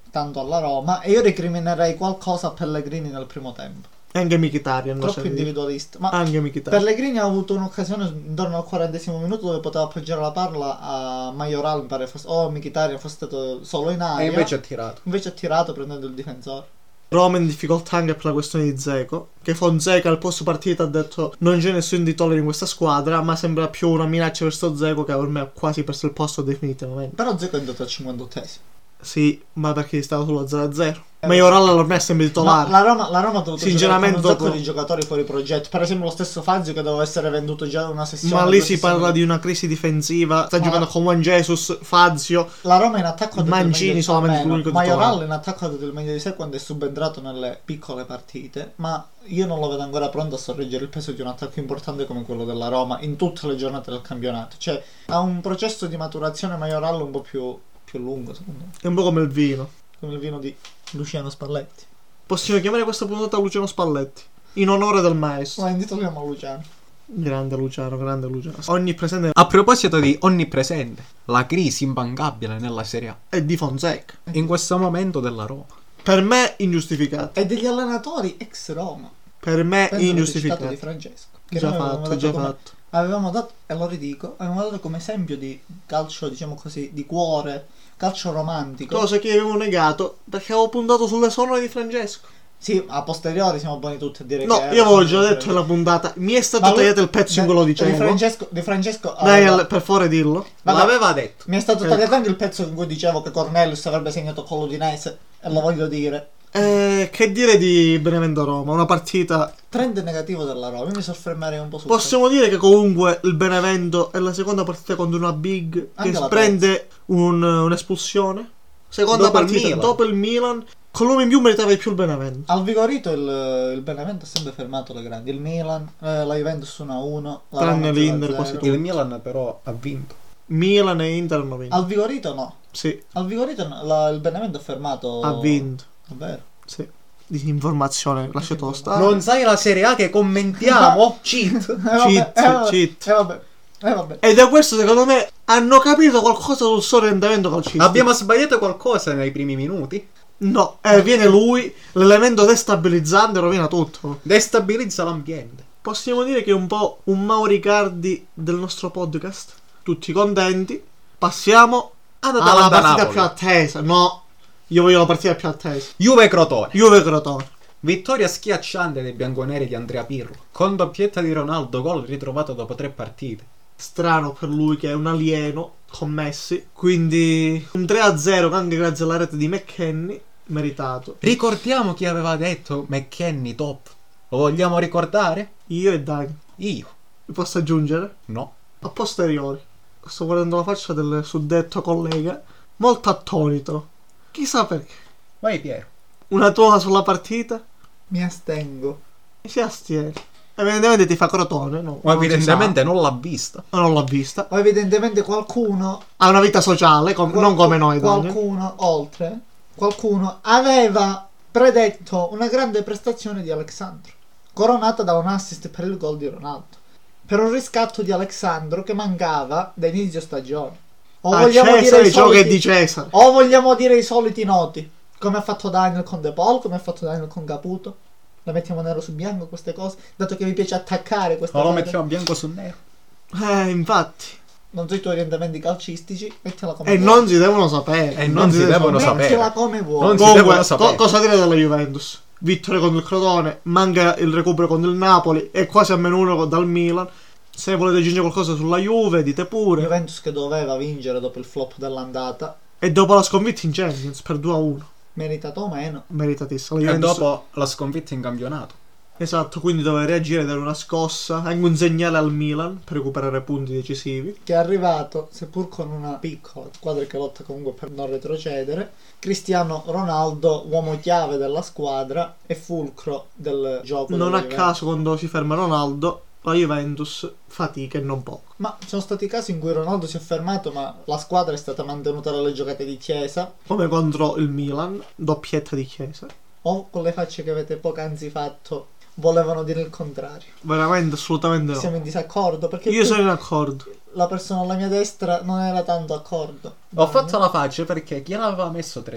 tanto alla Roma, e io recriminerei qualcosa a Pellegrini nel primo tempo. E anche Mkhitaryan. Troppo individualista. Ma anche Mkhitaryan. Pellegrini ha avuto un'occasione intorno al quarantesimo minuto dove poteva appoggiare la palla a Majoral, mi pare fosse, o Mkhitaryan fosse stato solo in aria. E invece ha tirato. Invece ha tirato prendendo il difensore. Roma in difficoltà anche per la questione di Dzeko, che Fonseca al post partita ha detto non c'è nessun titolare in questa squadra, ma sembra più una minaccia verso Dzeko, che ormai ha quasi perso il posto definitivamente. Però Dzeko è andato al cinquantottesimo. Sì, ma perché stava solo zero a zero. Ma Majoral ormai è sempre titolare. La Roma, la Roma ha dovuto sinceramente giocare con un dopo... sacco di giocatori fuori progetto. Per esempio lo stesso Fazio che doveva essere venduto già da una sessione. Ma lì si parla di una crisi difensiva. Sta ma giocando con Juan Jesus, Fazio. La Roma in attacco ha dato Mancini solamente l'unico titolare. Majoral in attacco ha dato il meglio di sé quando è subentrato nelle piccole partite. Ma io non lo vedo ancora pronto a sorreggere il peso di un attacco importante come quello della Roma in tutte le giornate del campionato. Cioè ha un processo di maturazione Majoral un po' più, più lungo, secondo me. È un po' come il vino. Come il vino di Luciano Spalletti. Possiamo chiamare questa puntata Luciano Spalletti, in onore del maestro. Ma intitoliamo Luciano. Grande Luciano, grande Luciano. Onnipresente. A proposito di onnipresente, la crisi imbancabile nella Serie A. E di Fonseca. In questo momento della Roma. Per me ingiustificato. E degli allenatori ex Roma. Per me Penso ingiustificato. Di Francesco. Che Già fatto, già come, fatto. Avevamo dato, e lo ridico, avevamo dato come esempio di calcio, diciamo così, di cuore, calcio romantico. Cosa che avevo negato perché avevo puntato sulle sonore di Francesco. Sì, a posteriori siamo buoni tutti a dire no, che... No, io avevo già detto nella puntata, mi è stato tagliato il pezzo in quello dicevo. Di Francesco, di Francesco Dai, aveva... per favore dillo. Vabbè, l'aveva detto. Mi è stato ecco. tagliato anche il pezzo in cui dicevo che Cornelius avrebbe segnato con l'Udinese, e lo voglio dire. Eh, che dire di Benevento Roma? Una partita... Trend negativo della Roma, io mi soffermerei un po' su Possiamo questo. Dire che comunque il Benevento è la seconda partita contro una big anche che prende un, un'espulsione. Seconda dopo partita il dopo il Milan. Con l'uomo in più meritava di più il Benevento. Al Vigorito il, il Benevento ha sempre fermato le grandi. Il Milan, eh, la Juventus uno a uno. Tranne l'Inter quasi tutto. Il Milan però ha vinto. Milan e Inter hanno vinto. Al Vigorito no. Sì. Al Vigorito no, la, il Benevento ha fermato. Ha vinto. Davvero? Sì. Disinformazione, lasciatelo stare. Non sai la Serie A che commentiamo? Cheat. Eh, vabbè, cheat, eh, vabbè, cheat. Eh, vabbè. Eh, vabbè. E da questo secondo me hanno capito qualcosa sul suo orientamento calcistico. Abbiamo sbagliato qualcosa nei primi minuti? No, eh, viene lui, l'elemento destabilizzante rovina tutto. Destabilizza l'ambiente. Possiamo dire che è un po' un Mauricardi del nostro podcast. Tutti contenti. Passiamo alla partita Napoli. Più attesa. No, io voglio la partita più attesa. Juve Crotone. Juve Crotone. Vittoria schiacciante dei bianconeri di Andrea Pirlo. Con doppietta di Ronaldo, gol ritrovato dopo tre partite. Strano per lui che è un alieno con Messi. Quindi un tre a zero anche grazie alla rete di McKennie. Meritato. Ricordiamo chi aveva detto McKennie top. Lo vogliamo ricordare? Io e Dani. Io. Mi posso aggiungere? No. A posteriori. Sto guardando la faccia del suddetto collega. Molto attonito. Chissà perché. Vai Piero. Una tua sulla partita? Mi astengo. E si astiene. Evidentemente ti fa Crotone, no? Ma evidentemente non l'ha vista. Non l'ha vista. O evidentemente qualcuno ha una vita sociale, com- qual- non come noi. Qualcuno, Daniel. oltre, qualcuno aveva predetto una grande prestazione di Alexandro, coronata da un assist per il gol di Ronaldo. Per un riscatto di Alexandro che mancava da inizio stagione. O a vogliamo Cesare, dire i soliti, che di Cesare. O vogliamo dire i soliti noti, come ha fatto Daniel con De Paul, come ha fatto Daniel con Caputo. La mettiamo nero su bianco queste cose, dato che vi piace attaccare queste cose. No, lo mettiamo bianco su nero. Eh, infatti. Non so i tuoi orientamenti calcistici, mettila come e vuoi. non si devono sapere. E non, non si, si devono sapere. Mettila come vuoi. Non Comunque, si devono sapere. Co- cosa dire della Juventus? Vittoria contro il Crotone, manca il recupero contro il Napoli e quasi a meno uno dal Milan. Se volete aggiungere qualcosa sulla Juve, dite pure. Juventus che doveva vincere dopo il flop dell'andata. E dopo la sconfitta in Champions per due a uno. Meritato o meno. Meritatissimo. E dopo la sconfitta in campionato. Esatto, quindi doveva reagire, dare una scossa, anche un segnale al Milan per recuperare punti decisivi. Che è arrivato, seppur con una piccola squadra che lotta comunque per non retrocedere, Cristiano Ronaldo, uomo chiave della squadra e fulcro del gioco. Non a Juventus. caso quando si ferma Ronaldo, la Juventus fatica e non poco. Ma ci sono stati casi in cui Ronaldo si è fermato, ma la squadra è stata mantenuta dalle giocate di Chiesa. Come contro il Milan, doppietta di Chiesa. O con le facce che avete poc'anzi fatto volevano dire il contrario. Veramente, assolutamente no. Siamo in disaccordo perché io sono in accordo. La persona alla mia destra non era tanto d'accordo. Ho fatto la faccia perché chi l'aveva messo tre top?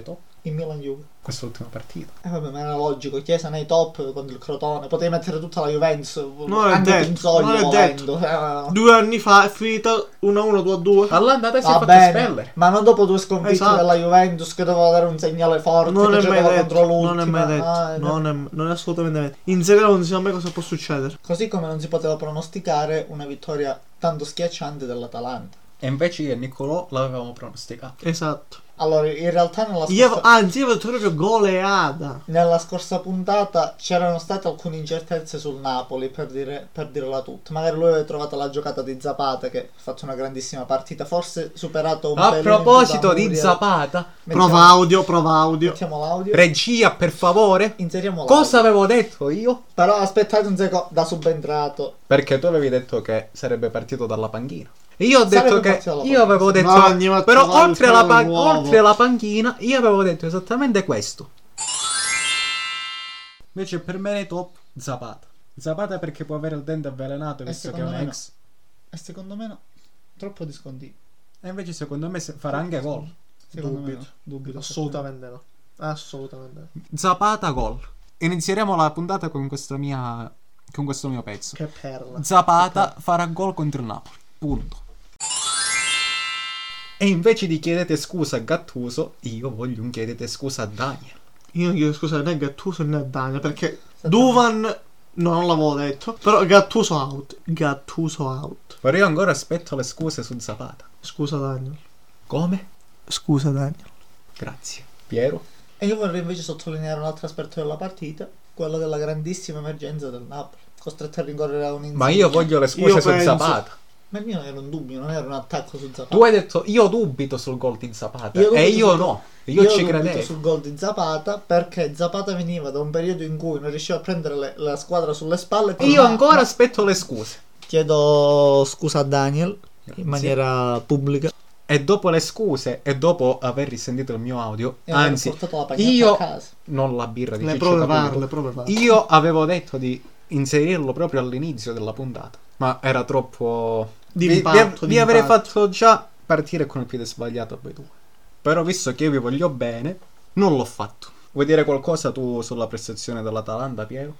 In Milan-Juve. Questa è l'ultima partita. Eh vabbè, ma era logico, Chiesa nei top contro il Crotone, potevi mettere tutta la Juventus, Non è anche detto, Pinzogli non è volendo. Eh, Due anni fa è finita uno a uno, due a due. All'andata si è va fatto bene, espellere. ma non dopo due sconfitte Esatto. della Juventus che doveva dare un segnale forte, Non che è mai giocava detto, contro l'ultima. non è mai detto, Ah, eh, non è, non è assolutamente detto. In Serie A non si sa mai cosa può succedere. Così come non si poteva pronosticare una vittoria tanto schiacciante dell'Atalanta. E invece io e Niccolò l'avevamo pronosticato. Esatto. Allora, in realtà nella Io, scorsa, anzi, io ho detto proprio goleada. nella scorsa puntata c'erano state alcune incertezze sul Napoli, per, dire, per dirla tutta. Magari lui aveva trovato la giocata di Zapata, che ha fatto una grandissima partita, forse superato un A pelino in proposito più da di Muriel. Zapata, Mettiamo- Prova audio, prova audio. Mettiamo l'audio. regia per favore. Inseriamo l'audio. Cosa avevo detto io? Però aspettate un secondo, da subentrato. Perché tu avevi detto che sarebbe partito dalla panchina. E io ho Sarebbe detto che partito dalla io avevo detto No, ogni volta però va il oltre alla, palo pan- nuovo. oltre alla panchina io avevo detto esattamente questo. Invece per me è top Zapata. Zapata perché può avere il dente avvelenato E visto che è secondo un me ex. E secondo me no. Troppo discontinuo. E invece secondo me se- farà anche gol. Secondo me Dubito. no. Dubito. Assolutamente no. Assolutamente no. Zapata gol. Inizieremo la puntata con questa mia con questo mio pezzo. Che perla. Zapata farà gol contro il Napoli. Punto. E invece di chiedete scusa a Gattuso, io voglio un chiedete scusa a Daniel. Io non chiedo scusa né a Gattuso né a Daniel, perché Duvan no, non l'avevo detto. Però Gattuso out. Gattuso out. Però io ancora aspetto le scuse su Zapata. Scusa Daniel. Come? Scusa Daniel. Grazie. Piero? E io vorrei invece sottolineare un altro aspetto della partita, quello della grandissima emergenza del Napoli, costretto a rincorrere a un Insigne. Ma io voglio le scuse Io su penso- Zapata. Ma il mio era un dubbio, non era un attacco su Zapata. Tu hai detto io dubito sul gol di Zapata. Io e dubito io sul- no. Io, ci dubito credevo. sul gol di Zapata perché Zapata veniva da un periodo in cui non riusciva a prendere le- la squadra sulle spalle. E io Ma- ancora ma- aspetto le scuse. Chiedo scusa a Daniel Grazie. in maniera pubblica. E dopo le scuse e dopo aver risentito il mio audio, E aver anzi, portato la pagnata io a casa. non la birra di Le Ciccio prove Caputo. var, le prove var. Io avevo detto di inserirlo proprio all'inizio della puntata, ma era troppo Di vi, impatto, vi- di vi avrei impatto. fatto già partire con il piede sbagliato a voi due. Però visto che io vi voglio bene, non l'ho fatto. Vuoi dire qualcosa tu sulla prestazione dell'Atalanta, Piero?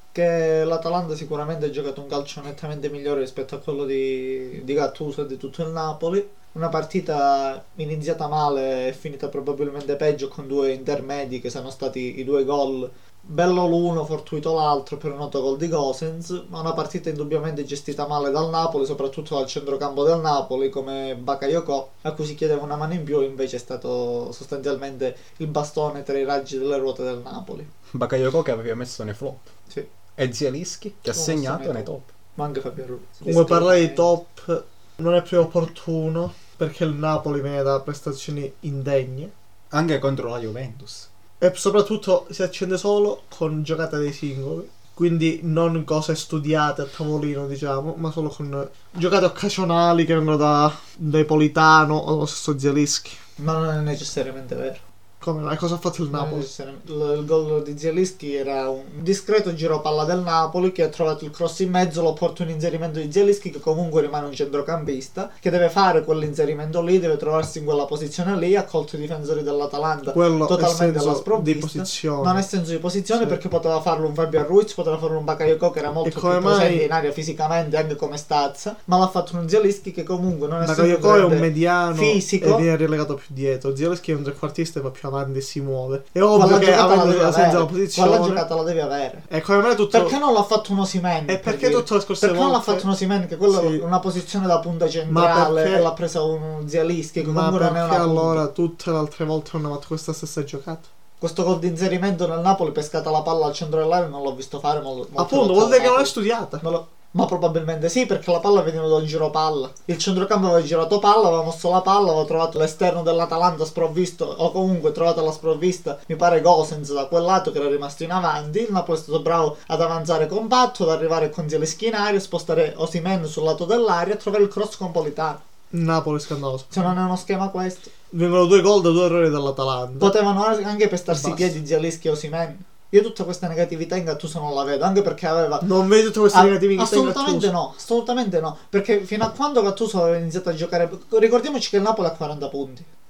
Che l'Atalanta sicuramente ha giocato un calcio nettamente migliore rispetto a quello di, di Gattuso e di tutto il Napoli. Una partita iniziata male e finita probabilmente peggio, con due intermedi che sono stati i due gol. Bello l'uno, fortuito l'altro per un autogol di Gosens, ma una partita indubbiamente gestita male dal Napoli, soprattutto dal centrocampo del Napoli come Bakayoko, a cui si chiedeva una mano in più, invece è stato sostanzialmente il bastone tra i raggi delle ruote del Napoli. Bakayoko che aveva messo nei flop. Sì, E Zielinski che ha Come segnato sono i nei top. top. ma anche Fabio Ruiz. Comunque parlare di top non è più opportuno, perché il Napoli viene da prestazioni indegne. Anche contro la Juventus. E soprattutto si accende solo con giocate dei singoli. Quindi non cose studiate a tavolino, diciamo, ma solo con giocate occasionali che vengono da dai Politano o lo stesso Zielinski. Ma non è necessariamente vero. Come la cosa ha fatto il Non è Napoli? necessariamente- Il, il gol di Zielinski era un discreto giro palla del Napoli che ha trovato il cross in mezzo, l'opportuno inserimento di Zielinski, che comunque rimane un centrocampista, che deve fare quell'inserimento lì, deve trovarsi in quella posizione lì, ha colto i difensori dell'Atalanta Quello è totalmente alla senso di sprovvista. posizione. Non è senso di posizione, Sì. perché poteva farlo un Fabio Ruiz, poteva farlo un Bakayoko che era molto E più come presente mai- in aria fisicamente, anche come stazza, ma l'ha fatto un Zielinski che comunque non è Bakayoko è un mediano fisico. e viene relegato più dietro. Zielinski è un trequartista e va più avanti e si muove. È ovvio Quella che giocata la avendo devi senza avere. la Quella posizione. giocata la devi avere. E come me tutto. Perché non l'ha fatto un Osimhen? E per perché dire? tutte le scorse Perché non l'ha volte- fatto un Osimhen, che quella Sì. è una posizione da punta Ma centrale, perché- e l'ha presa un Zielinski, che Ma comunque non è perché una punta. allora tutte le altre volte non ha fatto questa stessa giocata? Questo gol di inserimento nel Napoli, pescata la palla al centro dell'area, non l'ho visto fare molto. molte Appunto, volte vuol dire al che non è Napoli. studiata. Non lo- Ma probabilmente sì, perché la palla veniva da un giro palla. Il centrocampo aveva girato palla, aveva mosso la palla, aveva trovato l'esterno dell'Atalanta sprovvisto, o comunque trovato la sprovvista, mi pare Gosens da quel lato, che era rimasto in avanti. Il Napoli è stato bravo ad avanzare compatto, ad arrivare con Zielinski in aria, spostare Osimhen sul lato dell'aria e trovare il cross con Politano. Napoli scandaloso. Se non è uno schema questo. Vengono due gol da due errori dall'Atalanta. Potevano anche pestarsi i Basta. piedi Zielinski e Osimhen. Io tutta questa negatività in Gattuso non la vedo, anche perché aveva... Non vedi tutte queste Ah, negative che stai in assolutamente Gattuso. no, assolutamente no, perché fino a quando Gattuso aveva iniziato a giocare, ricordiamoci che il Napoli ha quaranta punti,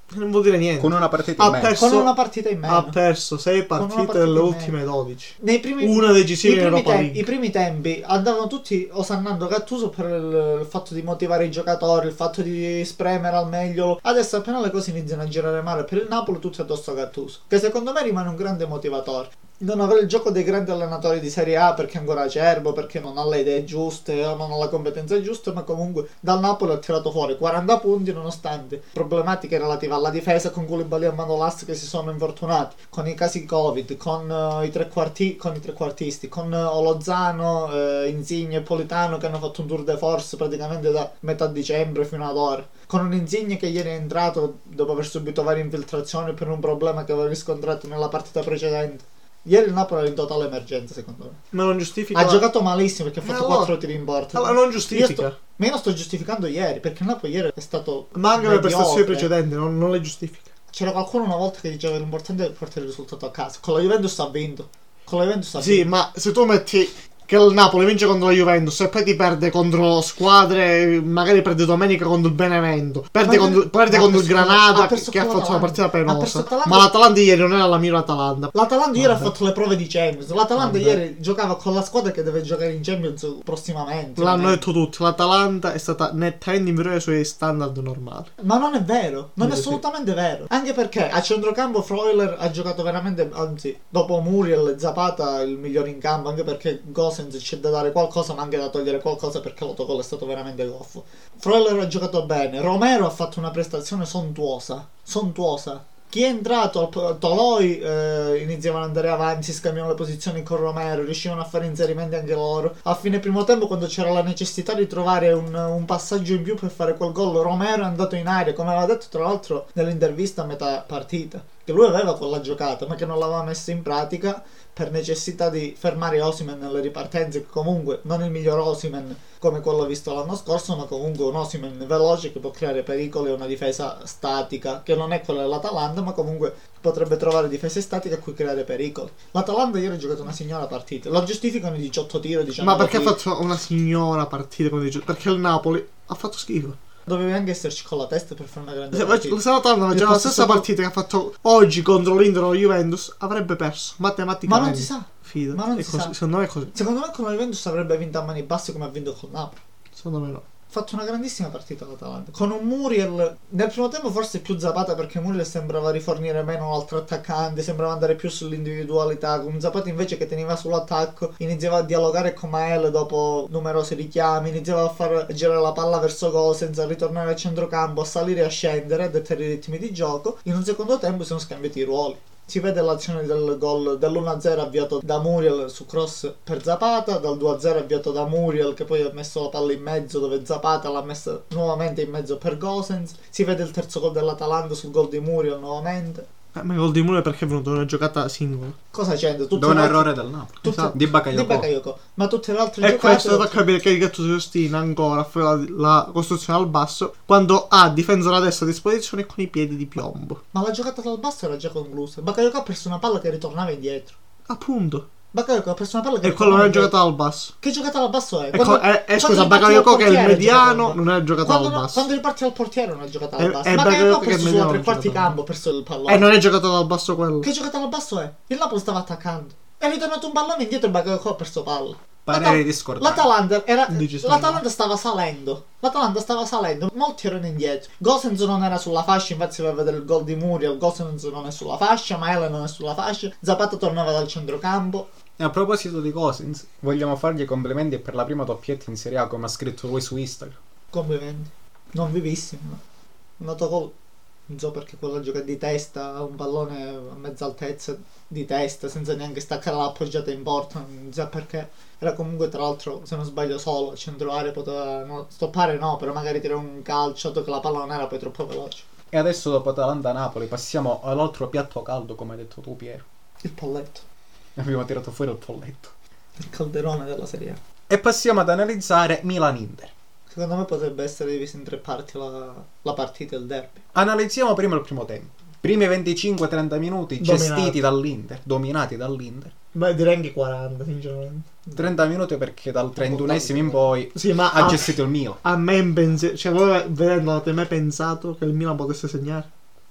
Non vuol dire niente. Con una partita Ha in meno. perso- Con una partita in meno. Ha perso sei Con una partite partita delle in ultime meno. dodici. Nei primi, Una decisiva i in primi Europa te- League. I primi tempi andavano tutti osannando Gattuso per il, il fatto di motivare i giocatori, il fatto di spremere al meglio. Adesso appena le cose iniziano a girare male per il Napoli, tutti addosso a Gattuso, che secondo me rimane un grande motivatore. Non avere il gioco dei grandi allenatori di Serie A perché è ancora acerbo, perché non ha le idee giuste o non ha la competenza giusta, ma comunque dal Napoli ha tirato fuori quaranta punti nonostante problematiche relative alla difesa con Koulibaly e Manolas che si sono infortunati, con i casi Covid, con, uh, i, tre quarti, con i trequartisti, con uh, Olozano, uh, Insigne e Politano che hanno fatto un tour de force praticamente da metà dicembre fino ad ora. Con un Insigne che ieri è entrato dopo aver subito varie infiltrazioni per un problema che aveva riscontrato nella partita precedente. Ieri il Napoli era in totale emergenza, secondo me. Ma non giustifica. Ha giocato malissimo perché ha Ma fatto allora- quattro tiri in porta. Allora non Io giustifica. sto- Ma io non sto giustificando ieri, perché il Napoli ieri è stato Ma anche le prestazioni mediocre. precedenti non, non le giustifica. C'era qualcuno una volta che diceva l'importante è portare il risultato a casa. Con la Juventus ha vinto. Con la Juventus ha Sì, vinto. ma se tu metti che il Napoli vince contro la Juventus e poi ti perde contro squadre, magari perde domenica contro il Benevento, perde Ma- contro, perde ma ha contro il perso- Granada ha perso che ha con fatto una partita l'Atalanta. Ha perso penosa. Atalanta- Ma l'Atalanta ieri non era la mia Atalanta. L'Atalanta ieri ha Vabbè. fatto le prove di Champions. L'Atalanta Vabbè. ieri giocava con la squadra che deve giocare in Champions prossimamente. L'hanno Eh. detto tutti, l'Atalanta è stata nettamente inferiore ai suoi standard normali. Ma non è vero, non è Sì. assolutamente vero. Anche perché a centrocampo Freuler ha giocato veramente, anzi, dopo Muriel e Zapata il migliore in campo, anche perché Gosens c'è da dare qualcosa ma anche da togliere qualcosa perché l'autogol è stato veramente goffo. Freuler ha giocato bene, Romero ha fatto una prestazione sontuosa, sontuosa. Chi è entrato, al- Toloi, eh, iniziavano ad andare avanti, si scambiavano le posizioni con Romero, riuscivano a fare inserimenti anche loro. A fine primo tempo, quando c'era la necessità di trovare un, un passaggio in più per fare quel gol, Romero è andato in aria, come aveva detto tra l'altro nell'intervista a metà partita, che lui aveva quella giocata, ma che non l'aveva messa in pratica per necessità di fermare Osimhen nelle ripartenze, che comunque non il miglior Osimhen come quello visto l'anno scorso, ma comunque un Osimhen veloce che può creare pericoli e una difesa statica, che non è quella dell'Atalanta, ma comunque potrebbe trovare difese statiche a cui creare pericoli. L'Atalanta ieri ha giocato una signora partita, lo giustificano i diciotto tiri, diciannove Ma perché ha tiri. fatto una signora partita come dice? Perché il Napoli ha fatto schifo. Dovevi anche esserci con la testa per fare una grande Se, partita. se l'Atalanta faceva la Posso stessa solo- partita che ha fatto oggi contro l'Inter o la Juventus, avrebbe perso matematicamente. Ma non si sa. Fida. Ma non È si così. sa. Secondo me è così. Secondo me con la Juventus avrebbe vinto a mani basse come ha vinto con Napoli. Secondo me no. Ha fatto una grandissima partita l'Atalanta. Con un Muriel nel primo tempo forse più Zapata, perché Muriel sembrava rifornire meno l'altro attaccante, sembrava andare più sull'individualità. Con Zapata invece che teneva sull'attacco, iniziava a dialogare con Mael dopo numerosi richiami, iniziava a far girare la palla verso gol senza ritornare al centrocampo, a salire e a scendere, a dettare i ritmi di gioco. In un secondo tempo si sono scambiati i ruoli. Si vede l'azione del gol dell'uno a zero avviato da Muriel su cross per Zapata, dal due a zero avviato da Muriel che poi ha messo la palla in mezzo dove Zapata l'ha messa nuovamente in mezzo per Gosens. Si vede il terzo gol dell'Atalanta sul gol di Muriel nuovamente. Eh, ma il gol di Mure perché è venuto una giocata singola. Cosa c'entra? Tutte Da un le altre- errore del Napoli. tutte- Esatto. Di Bakayoko. di Bakayoko. Ma tutte le altre E questo giocate fa capire che il gatto si ostina ancora a fare la, la costruzione al basso quando ha difensore adesso a disposizione con i piedi di piombo. Ma la giocata dal basso era già conclusa. Bakayoko ha perso una palla che ritornava indietro. Appunto. Bakayoko ha perso una palla che E quello ritornava non è indietro. giocata al basso. Che giocata dal basso è? E co- eh, eh, quando scusa, riparti Bakayoko dal che è il portiere mediano giocata al non è giocata Quando, al no- basso. quando riparti dal portiere non è giocata E- dal basso. e Ma Bakayoko Bakayoko ha che è perso mediano sulla non tre è quarti giocato campo, ha perso il pallone. E non è giocato dal basso quello. Che giocata dal basso è? Il Napoli stava attaccando. È ritornato un pallone indietro e Bakayoko ha perso palla. Pareri L'Atal- discordanti. L'Atalanta, era, Decisamente. l'Atalanta stava salendo. L'Atalanta stava salendo. Molti erano indietro. Gosens non era sulla fascia. Infatti si va a vedere il gol di Muriel. Gosens non è sulla fascia. Maele non è sulla fascia. Zapata tornava dal centrocampo. E a proposito di Gosens, vogliamo fargli i complimenti per la prima doppietta in Serie A, come ha scritto lui su Instagram. Complimenti. Non vivissimo. ma Un autogol. Non so perché quella gioca di testa. Un pallone a mezza altezza di testa. Senza neanche staccare l'appoggiata in porta. Non so perché. Era comunque tra l'altro, se non sbaglio, solo. A centro area poteva no, stoppare no. Però magari tirare un calcio. Dato che la palla non era poi troppo veloce. E adesso dopo Atalanta-Napoli passiamo all'altro piatto caldo, come hai detto tu Piero. Il polletto. Abbiamo tirato fuori il polletto. Il calderone della Serie A. E passiamo ad analizzare Milan-Inter. Secondo me potrebbe essere divisa in tre parti la, la partita del derby. Analizziamo prima il primo tempo. Primi venticinque trenta minuti Dominati. gestiti dall'Inter, dominati dall'Inter. Beh, direi anche quaranta, sinceramente. trenta minuti perché dal trentunesimo in poi Sì, ma ha a, gestito il Milan. a me in pensiero. Cioè, voi vedendo avete mai pensato che il Milan potesse segnare?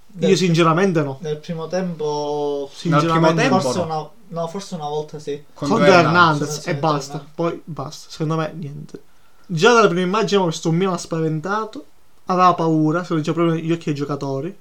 Io sinceramente no. Nel primo tempo... Sinceramente tempo forse no. una, no, forse una volta sì. Con Con due De Hernandez. Hernandez e Sì, basta. Hernandez. Poi basta. Secondo me niente. Già dalla prima immagine ho visto un Milan spaventato. Aveva paura, se lo dice proprio negli occhi ai giocatori.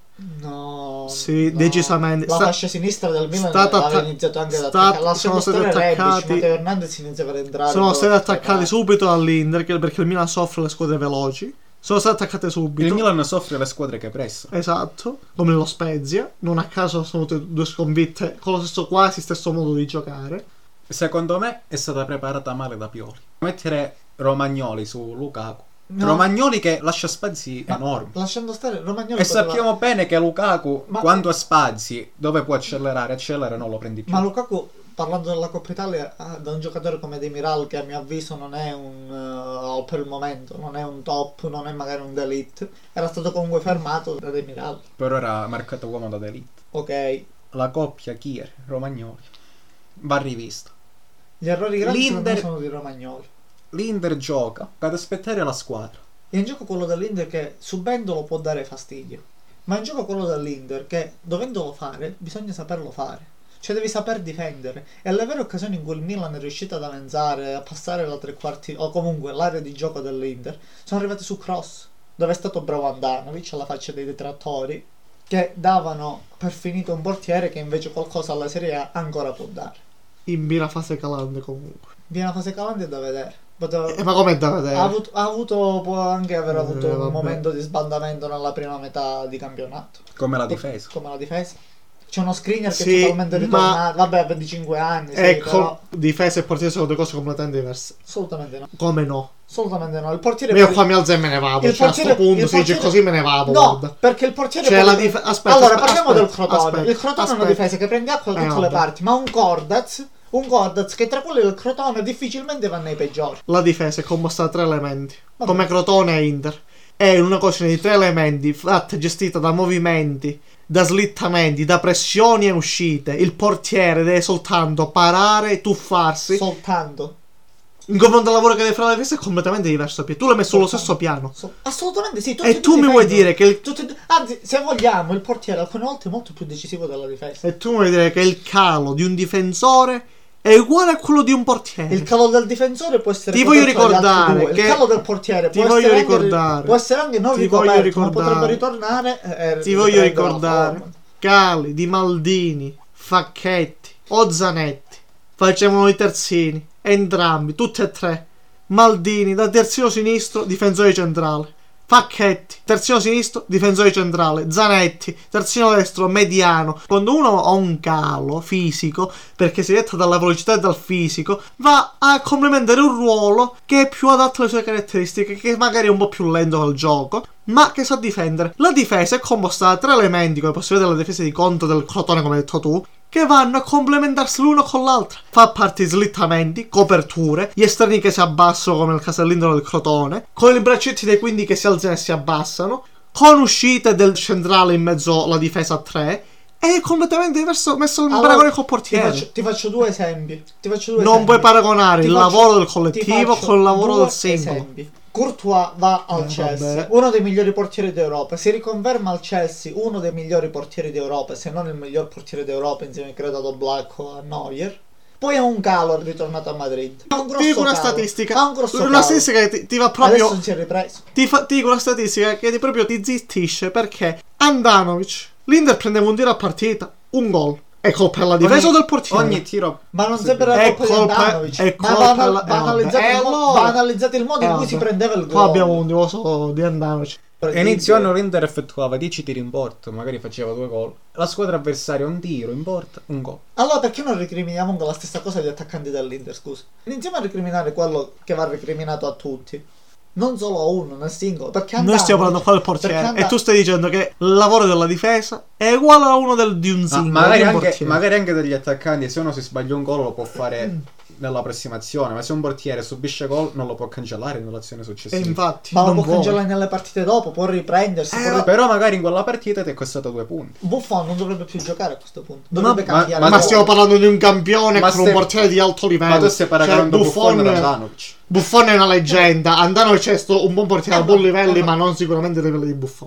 No, Sì, no. decisamente. La Sta- fascia sinistra del Milan stata aveva atta- iniziato anche ad sta- attaccare. La sono seconda stati storia Rebic, attaccati- Matteo Hernandez iniziava ad entrare. Sono poi stati a attaccati attaccare. subito dall'Inter che- perché il Milan soffre le squadre veloci. Sono state attaccate subito. Il Milan soffre le squadre che pressano. Esatto, come lo Spezia. Non a caso sono tutte due sconfitte con lo stesso quasi stesso modo di giocare. Secondo me è stata preparata male da Pioli. Mettere Romagnoli su Lukaku. No. Romagnoli che lascia spazi Ma enormi. Lasciando stare Romagnoli E poteva- sappiamo bene che Lukaku, Ma- quando ha spazi, dove può accelerare, accelera, non lo prendi più. Ma Lukaku, parlando della Coppa Italia, ah, da un giocatore come Demiral, che a mio avviso non è un uh, per il momento, non è un top, non è magari un d'elite, era stato comunque fermato da Demiral. Però era marcato uomo da D'Elite. Ok, La coppia Kier, Romagnoli, va rivista. gli errori grandi secondo me L'Inter- sono di Romagnoli. L'Inter gioca ad aspettare la squadra. È un gioco quello dell'Inter che subendolo può dare fastidio, ma è un gioco quello dell'Inter che dovendolo fare bisogna saperlo fare, cioè devi saper difendere, e alle vere occasioni in cui il Milan è riuscito ad avanzare, a passare la tre quarti o comunque l'area di gioco dell'Inter, sono arrivati su cross, dove è stato bravo Andanovic alla faccia dei detrattori, che davano per finito un portiere che invece qualcosa alla Serie A ancora può dare. In piena fase calante comunque. Viene una fase calante, è da vedere. Poteva- Eh, ma com'è da vedere? ha avuto, ha avuto può anche aver Eh, avuto un vabbè. momento di sbandamento nella prima metà di campionato, Come la difesa. come la difesa. C'è uno screener che Sì, è totalmente ma- ritornato, vabbè, a venticinque anni, sì, Ecco, però difesa e portiere sono due cose completamente diverse. assolutamente no, Come no? assolutamente no. Il portiere Io per- qua mi alzo e me ne vado. il Cioè, a sto portiere- punto, il se dice portiere- così me ne vado. no, Guarda. perché il portiere Cioè, per- la dif- aspetta, allora aspetta, parliamo aspetta, del Crotone. aspetta, il Crotone è una aspetta. difesa che prende acqua da Eh, tutte le vabbè. parti, ma un Cordaz un Cordaz che tra quelli del Crotone difficilmente va nei peggiori. La difesa è composta da tre elementi. Vabbè. Come Crotone e Inter. È una questione di tre elementi fatta e gestita da movimenti, da slittamenti, da pressioni e uscite. Il portiere deve soltanto parare, tuffarsi. Soltanto. In confronto al lavoro che deve fare la difesa è completamente diverso. Tu l'hai messo sullo Soltanto. stesso piano. So- assolutamente sì. tutti E e tu due mi vuoi difendono. dire che il Tutti e due- anzi, se vogliamo, il portiere alcune volte è molto più decisivo della difesa. E tu mi vuoi dire che il calo di un difensore è uguale a quello di un portiere. Il calo del difensore può essere Ti voglio coperto dagli altri ricordare due. che- Il calo del portiere ti può voglio essere anche- ricordare- può essere anche non ti voglio ricoperto, ma ricordare- potrebbe ritornare eh, Ti voglio riprendere la ricordare forma. Cali, Di Maldini, Facchetti o Zanetti facevano i terzini, entrambi, tutti e tre. Maldini da terzino sinistro, difensore centrale. Facchetti, terzino sinistro, difensore centrale. Zanetti, terzino destro, mediano. Quando uno ha un calo fisico, perché si detta dalla velocità e dal fisico, va a complementare un ruolo che è più adatto alle sue caratteristiche, che magari è un po' più lento nel gioco, ma che sa difendere. La difesa è composta da tre elementi, come posso vedere la difesa di Conto del Crotone, come hai detto tu, che vanno a complementarsi l'uno con l'altro. Fa parte di slittamenti, coperture, gli esterni che si abbassano come nel caso dell'Inter del Crotone, con i braccetti dei quindi che si alzano e si abbassano, con uscite del centrale in mezzo alla difesa a tre. È completamente diverso messo in Allora, paragone col Ti portiere. faccio, ti faccio due esempi. Ti faccio due Non esempi. puoi paragonare Ti il faccio- lavoro del ti collettivo faccio con il lavoro due del singolo. esempi. Courtois va al Eh, Chelsea, vabbè. uno dei migliori portieri d'Europa. Si riconferma al Chelsea uno dei migliori portieri d'Europa, se non il miglior portiere d'Europa, insieme credo ad Oblak o a Neuer. Poi ha un calo ritornato a Madrid. Ha un grosso Ti dico una calo. statistica. Ha un grosso Una calo. statistica che ti, ti va Adesso proprio. non si è ripreso. Ti, fa- ti dico una statistica che ti proprio ti zittisce, perché Andanovic, l'Inter prendeva un tiro a partita, un gol. È colpa della difesa o del portiere? Ogni tiro. Ma non Sì. sempre era È colpa di colpa- Andanovic. è Ma colpa va, anal- la- va eh, analizzato vabbè. il mo- E allora- va analizzato il modo in Eh, cui si vabbè. prendeva il gol. Qua abbiamo un tifoso di Andanovic. E inizio anno l'Inter effettuava dieci tiri in porta, magari faceva due gol. La squadra avversaria un tiro in porta, un gol. Allora perché non ricriminiamo la stessa cosa agli attaccanti dell'Inter, scusa? Iniziamo a recriminare quello che va recriminato a tutti. Non solo a uno, nel singolo. Perché Noi Andanovic- stiamo parlando qua del perché portiere. Anda- E tu stai dicendo che il lavoro della difesa è uguale a uno del, di un Ma singolo. magari, di un anche, portiere. magari anche degli attaccanti, se uno si sbaglia un gol lo può fare nella prossima azione, ma se un portiere subisce gol non lo può cancellare nell'azione E successiva. infatti, Ma lo non può vuole. cancellare nelle partite dopo, può riprendersi. Eh, può ma- ri- Però magari in quella partita ti è costato due punti. Buffon non dovrebbe più giocare a questo punto. Dovrebbe ma- cambiare. ma Ma ruolo. stiamo parlando di un campione Ma con un stai- portiere di alto livello. Ma tu stai paragonando Cioè, Buffon ad Andanovic. Buffon è una leggenda. Andanovic è sto- un buon portiere a Eh, buon ma- livelli, ma- ma non sicuramente a livello di Buffon.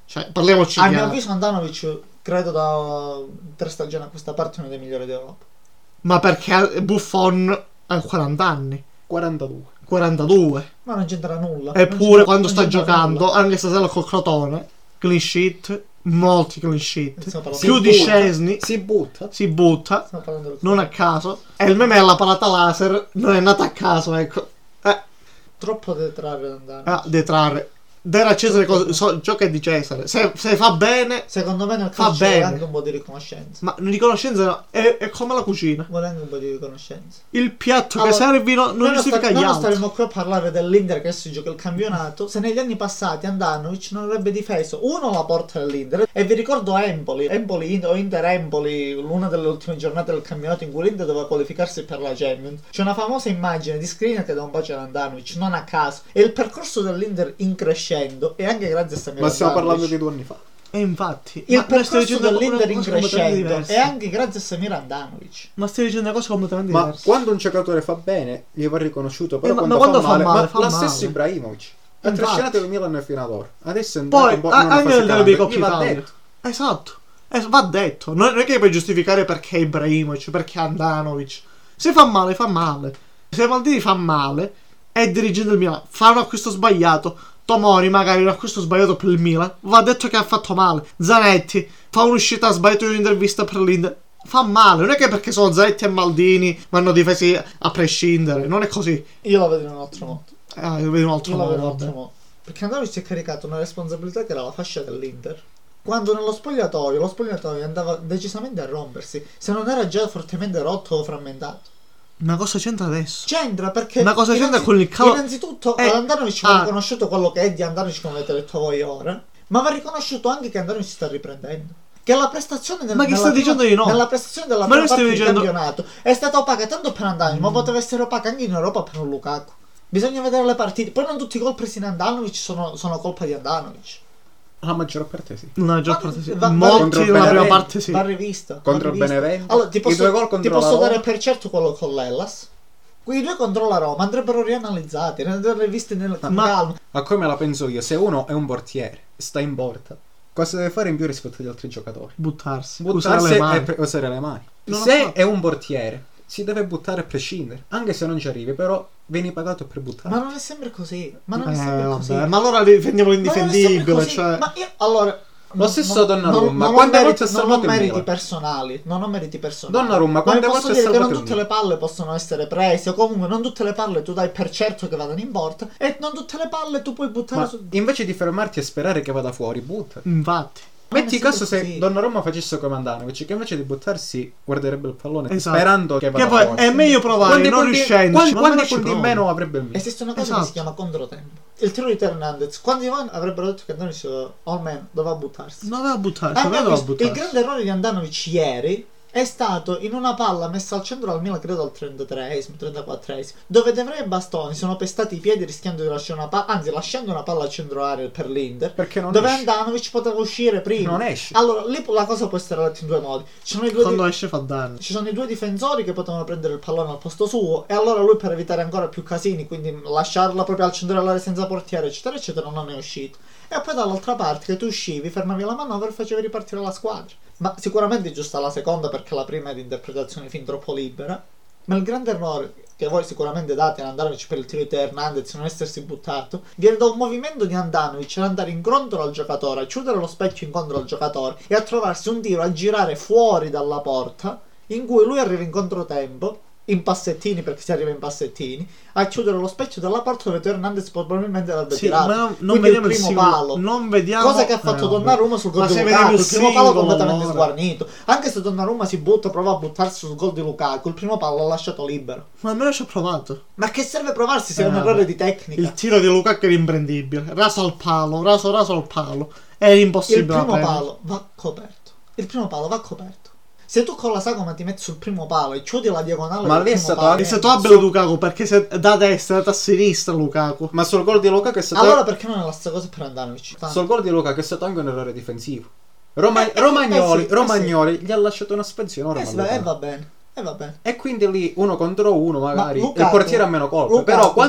Cioè, parliamoci A mio chiaro. avviso Andanovic, credo da tre stagioni a questa parte, è uno dei migliori d'Europa. Ma perché Buffon ha quaranta anni, quarantadue. quarantadue. Ma non c'entra nulla. Non Eppure c'entra- quando non sta c'entra giocando, nulla. anche stasera col Crotone, clean sheet, molti clean sheet. Stiamo parlando Più di- di Szczesny, Si butta. si butta, Stiamo parlando del- non a caso. E il meme alla parata laser non è nata a caso, ecco. Eh, Troppo detrarre da andare. ah, detrarre. Dare a Cesare cosa, so, ciò che è di Cesare. Se, se fa bene, Secondo me nel Fa calcio vuole bene. anche un po' di riconoscenza. ma riconoscenza no, è, è come la cucina. Vuole anche un po' di riconoscenza. Il piatto che Allora, servino non Noi giustifica sta- gli noi non altri. staremo qui a parlare dell'Inter che adesso gioca il campionato. Se negli anni passati Andanovic non avrebbe difeso uno la porta dell'Inter, e vi ricordo Empoli, Empoli In- o Inter Empoli, una delle ultime giornate del campionato in cui l'Inter doveva qualificarsi per la Champions. C'è una famosa immagine di Skriniar che dà un bacio ad Andanovic, non a caso. E il percorso dell'Inter in crescendo, e anche grazie a Samir Ma stiamo Andanovic. parlando di due anni fa. E infatti, Il ma noi stai percorso dicendo una dell'Inter in cosa completamente crescendo diversa. è anche grazie a Samir Andanovic. Ma stai dicendo una cosa completamente Ma diversa. quando un giocatore fa bene, gli va riconosciuto. Però Eh, ma- quando, ma quando fa fa male, male, ma fa lo male. stesso Ibrahimovic ha Infatti. trascinato il Milan fino ad ora. Adesso è andato Poi un po' a- in una anche fase nel derby calante. di Coppa Gli va Italia. detto. Esatto. Eh, va detto. Non non è che puoi giustificare perché Ibrahimovic, perché Andanovic. Se fa male, fa male. Se Maldini fa male, è dirigente del Milan, fa un acquisto sbagliato. Tomori magari un acquisto sbagliato per il Milan, va detto che ha fatto male. Zanetti fa un'uscita sbagliata in un'intervista per l'Inter, fa male. Non è che perché sono Zanetti e Maldini vanno difesi a prescindere. Non è così. Io la vedo in un altro modo. Ah, io vedo un altro Io la modo, vedo in un altro vabbè. modo. Perché Andanovic si è caricato una responsabilità che era la fascia dell'Inter. Quando nello spogliatoio, lo spogliatoio andava decisamente a rompersi, se non era già fortemente rotto o frammentato. Ma cosa c'entra adesso? C'entra perché... Ma cosa c'entra innanzi- con il calo- Innanzitutto Eh, ad Andanovic va ah. riconosciuto quello che è di Andanovic, come avete detto voi ora, ma va riconosciuto anche che Andanovic si sta riprendendo. Che la prestazione del, Ma chi nella sta prima- dicendo di no? nella prestazione della Ma prima noi parte stiamo del dicendo- campionato è stata opaca tanto per Andanovic, ma poteva essere opaca anche in Europa per un Lukaku. Bisogna vedere le partite. Poi non tutti i gol presi in Andanovic sono, sono colpa di Andanovic. La maggior parte sì. La maggior Ma- parte sì. va- va- Molti contro il nella prima Benevento. parte sì. Va rivista. va Contro il rivista. Benevento. Allora, ti I posso, due gol ti contro posso la Roma. dare per certo quello con l'Hellas. Quei due contro la Roma andrebbero rianalizzati, andrebbero rivisti nel Ma- calma. Ma come la penso io, se uno è un portiere, sta in porta, cosa deve fare in più rispetto agli altri giocatori? Buttarsi. Buttarsi usare le e mani. pre- usare le mani. Non lo Se fa. è un portiere, si deve buttare a prescindere, anche se non ci arrivi, però vieni pagato per buttare. Ma non è sempre così. Ma non Eh, è sempre così. vabbè, ma allora difendiamo Ma non è sempre l'indifendibile. così. Cioè... Ma io, allora. Lo stesso Donnarumma, non- non ho quante meriti- volte ha Non ho salvato il meriti Milan? personali. Non ho meriti personali. Donnarumma, ma quante vi posso volte ha dire che non salvato il tutte le palle possono essere prese. O comunque non tutte le palle tu dai per certo che vadano in porta. E non tutte le palle tu puoi buttare Ma su. invece di fermarti e sperare che vada fuori, butta. Infatti. Ma Metti non è caso sempre se così. Donnarumma facesse come Andanovic, che invece di buttarsi guarderebbe il pallone Esatto. sperando che vada Che poi fuori. è meglio provare, Quanti non punti- riuscendoci. quanti- ma quanti almeno ci punti in provi. meno avrebbe il Milan? Esiste una cosa Esatto. che si chiama controtempo. Il tiro di Teo Hernandez. Quanti Ivan avrebbero detto che Andanovic almeno doveva buttarsi. Non aveva buttarsi, Ah, non no, aveva il buttarsi. grande errore di Andanovic ieri è stato in una palla messa al centro dal Milan, credo al trentatreesimo, trentaquattresimo, dove De Vrij e Bastoni sono pestati i piedi rischiando di lasciare una palla, anzi lasciando una palla al centro area per l'Inter, Perché non dove esce. Andanovic poteva uscire prima. Non esce. Allora, lì la cosa può essere letta in due modi. Ci sono i due, Quando di- esce fa danni. ci sono i due difensori che potevano prendere il pallone al posto suo, e allora lui, per evitare ancora più casini, quindi lasciarla proprio al centro dell'area senza portiere, eccetera eccetera, non è uscito. E poi dall'altra parte che tu uscivi, fermavi la manovra e facevi ripartire la squadra. Ma sicuramente è giusta la seconda, perché la prima è di interpretazione fin troppo libera. Ma il grande errore che voi sicuramente date ad Andanovic per il tiro di Teo Hernandez, non essersi buttato, viene da un movimento di Andanovic ad andare incontro al giocatore, a chiudere lo specchio incontro al giocatore e a trovarsi un tiro a girare fuori dalla porta, in cui lui arriva in controtempo, in passettini, perché si arriva in passettini, a chiudere lo specchio della porta dove Teo Hernandez probabilmente l'avrebbe Sì, tirato. ma non, non Quindi vediamo il il primo singolo. palo. Non vediamo. Cosa che ha fatto eh, Donnarumma sul gol Ma di se Lukaku. vediamo Il il primo palo singolo, completamente allora. sguarnito. Anche se Donnarumma si butta, prova a buttarsi sul gol di Lukaku, il primo palo l'ha lasciato libero. Ma almeno ci ho provato. Ma che serve provarsi se è Eh, un vabbè. errore di tecnica? Il tiro di Lukaku era imprendibile. Raso al palo, raso raso al palo. È Il impossibile. da primo prendere. palo va coperto. Il primo palo va coperto. Se tu con la sagoma ti metti sul primo palo e chiudi la diagonale Ma del lì è primo stato palo, anche- È stato abile Lukaku perché se da destra è andato a sinistra Lukaku. Ma sul gol di Lukaku è stato allora perché non è la stessa cosa per Andanovic? sul gol di Lukaku è stato anche un errore difensivo. Roma- Eh, eh, Romagnoli, eh sì, eh Romagnoli gli ha lasciato una spezia enorme. Eh a sì, Lukaku. eh, va bene. E va bene. E quindi lì uno contro uno magari Ma Lukaku- il portiere ha meno colpe. Lukaku- Però quando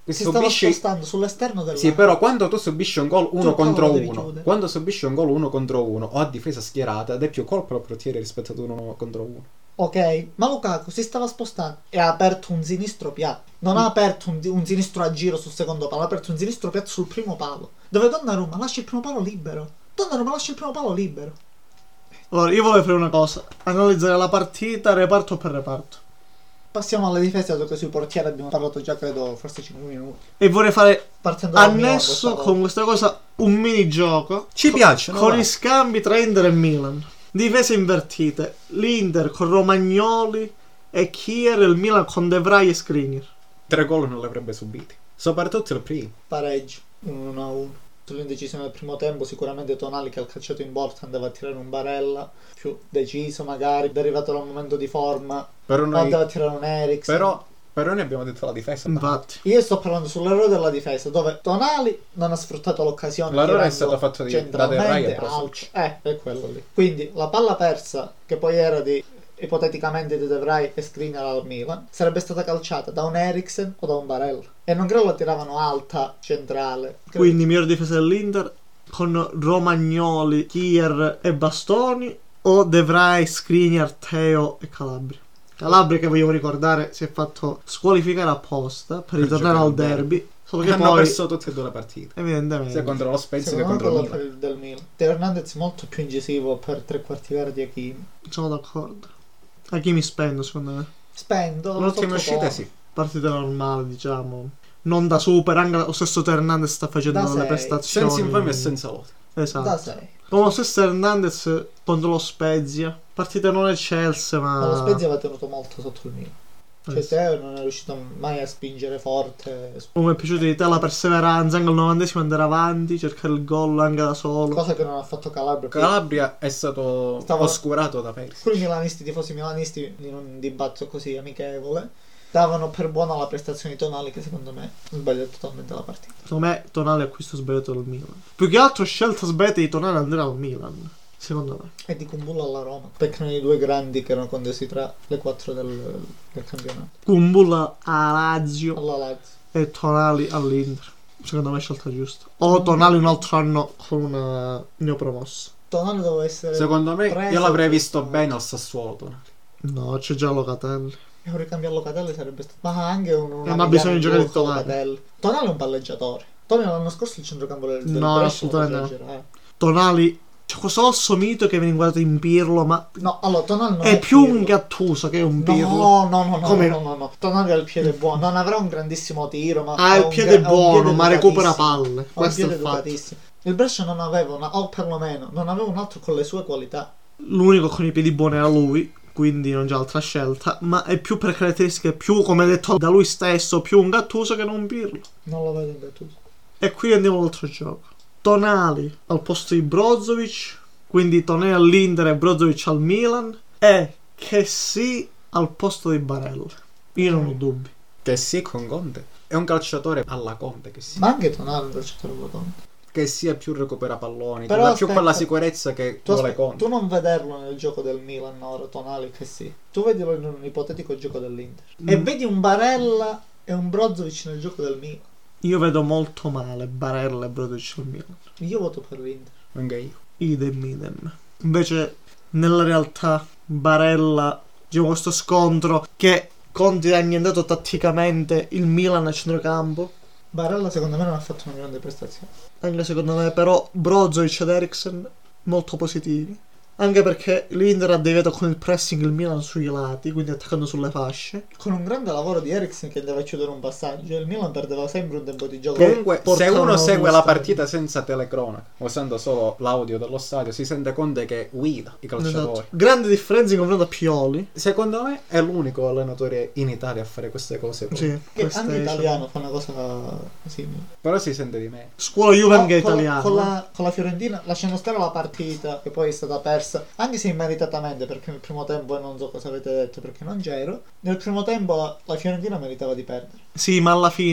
Si subisci... stava spostando sull'esterno dell'area. Sì, però quando tu subisci un gol uno Tu contro lo devi uno, chiudere. quando subisci un gol uno contro uno o a difesa schierata, dai più colpo al portiere rispetto ad uno contro uno. Ok, ma Lukaku si stava spostando e ha aperto un sinistro piatto. Non ha aperto un, un sinistro a giro sul secondo palo, ha aperto un sinistro piatto sul primo palo. Dove Donnarumma lascia il primo palo libero. Donnarumma lascia il primo palo libero. Allora, io volevo fare una cosa: analizzare la partita reparto per reparto. Passiamo alle difese, dato che sui portieri abbiamo parlato già, credo, forse cinque minuti. E vorrei fare Partendo dal Milan annesso questa con questa cosa un minigioco. Ci piacciono, Con vai. gli scambi tra Inter e Milan. Difese invertite. L'Inter con Romagnoli e Kier, il Milan con De Vrij e Skriniar. Tre gol non li avrebbe subiti. Soprattutto il primo. pareggio uno a uno. Sull'indecisione del primo tempo sicuramente Tonali, che ha calciato in porta, andava a tirare un Barella più deciso magari, derivato da un momento di forma, Però o noi... andava a tirare un Eriksen. Però, però noi abbiamo detto la difesa. Infatti. Io sto parlando sull'errore della difesa, dove Tonali non ha sfruttato l'occasione. L'errore è tirando stato fatto di- da De centralmente Vrij e Brozovic. out. Eh, è quello lì. Quindi la palla persa, che poi era di ipoteticamente di De Vrij e Skriniar al Milan, sarebbe stata calciata da un Eriksen o da un Barella. E non credo la tiravano alta, centrale. Credo- Quindi miglior difesa dell'Inter con Romagnoli, Kier e Bastoni, o De Vrij, Skriniar, Teo e Calabria. Calabria, che voglio ricordare, si è fatto squalificare apposta per ritornare giocare al al derby. derby, solo che Hanno poi perso tutte e due le partite. evidentemente Sia contro lo Spezia che Secondo me contro il quello Milan. per- del Milan. Teo Hernandez molto più incisivo per tre quarti d'ora di Hakimi. sono d'accordo. A chi mi spendo, secondo me. Spendo. L'ultima sottotono. uscita sì. Partita normale, diciamo. Non da super, anche lo stesso Teo Hernandez sta facendo Da le sei. prestazioni. Senza infamia e senza lode. Esatto. Da sei. Come lo stesso Hernandez contro lo Spezia. Partita non eccelsa, ma... Ma lo Spezia aveva tenuto molto sotto il Milan. Cioè Eh sì. Teo non è riuscito mai a spingere forte. Come mi è piaciuto di te la perseveranza, anche al novantesimo andare avanti, cercare il gol anche da solo. Cosa che non ha fatto Calabria. Calabria è stato Stavo- oscurato da Perisic. Alcuni milanisti, tifosi milanisti, in un dibattito così amichevole, davano per buona la prestazione di Tonali, che secondo me sbaglia totalmente la partita. Secondo me Tonali è acquisto sbagliato del Milan. Più che altro scelta sbagliata di Tonali andare al Milan. Secondo me. E di Kumbulla alla Roma. Peccano i due grandi che erano contesi tra le quattro del, del campionato. Kumbulla a Lazio Alla Lazio. e Tonali all'Inter. Secondo me è scelta giusta. O Tonali un altro anno con una neopromossa. Tonali doveva essere Secondo me preso io l'avrei per- visto bene al Sassuolo Tonali. No, c'è già Locatelli. E un ricambio a Locatelli sarebbe stato. Ma anche un. una Eh, ma mediana bisogna in giocare due di con Tonali. Locatelli. Tonali è un palleggiatore. Tonali l'anno scorso il centrocampo del, del No, Brescia lo assolutamente faceva girare. Tonali... C'è questo falso mito che viene inquadrato in Pirlo, ma No, allora Tonali non è, è più Pirlo. un Gattuso che un Pirlo. No, no, no, no, Come no, no, no. Tonali ha il piede buono. Non avrà un grandissimo tiro, ma Ha ha il un piede ga- ha un buono, piede ma recupera educatissimo. palle. Ha un Questo è piede il fatto. educatissimo. Il Brescia non aveva una, o perlomeno, non aveva un altro con le sue qualità. L'unico con i piedi buoni era lui, quindi non c'è altra scelta. Ma è più per caratteristiche, più come detto da lui stesso, più un Gattuso che non un Pirlo. Non lo vedo in Gattuso. E qui andiamo all'altro gioco. Tonali al posto di Brozovic, quindi Tonali all'Inter e Brozovic al Milan, e che sì al posto di Barella. Io non ho dubbi. Che sì con Conte. È un calciatore alla Conte che sì. Ma anche Tonali è un calciatore rotondo. Che sia più recupera palloni. Però Però più aspetta. quella sicurezza che Tu, vuole aspe- Conte. tu non vederlo nel gioco del Milan ora, Tonali, che sì. Tu vedilo in un ipotetico gioco dell'Inter. E Mm. vedi un Barella e un Brozovic nel gioco del Milan. Io vedo molto male Barella e Brozovic al Milan. Io voto per l'Inter. Anche io. Idem idem. Invece nella realtà Barella, diciamo, questo scontro che Conte ha annientato tatticamente il Milan a centrocampo. Barella secondo me non ha fatto una grande prestazione. Anche secondo me, però Brozovic ed Eriksen molto positivi. Anche perché l'Inter ha deviato con il pressing il Milan sui lati, quindi attaccando sulle fasce. Con un grande lavoro di Eriksen che andava a chiudere un passaggio, il Milan perdeva sempre un tempo di gioco. Comunque, se portavano uno segue due la stadi. partita senza telecronaca, usando solo l'audio dello stadio, si rende conto che guida i calciatori. Esatto. Grande differenza in confronto a Pioli. Secondo me è l'unico allenatore in Italia a fare queste cose. poi. Sì, Che questa anche è- italiano fa una cosa simile. Però si sente di me. Scuola Juve No, anche con, italiana. con la, con la Fiorentina, lasciando stare la partita che poi è stata persa, anche se immeritatamente, perché nel primo tempo, e non so cosa avete detto perché non c'ero, nel primo tempo la, la Fiorentina meritava di perdere. Sì, ma alla fine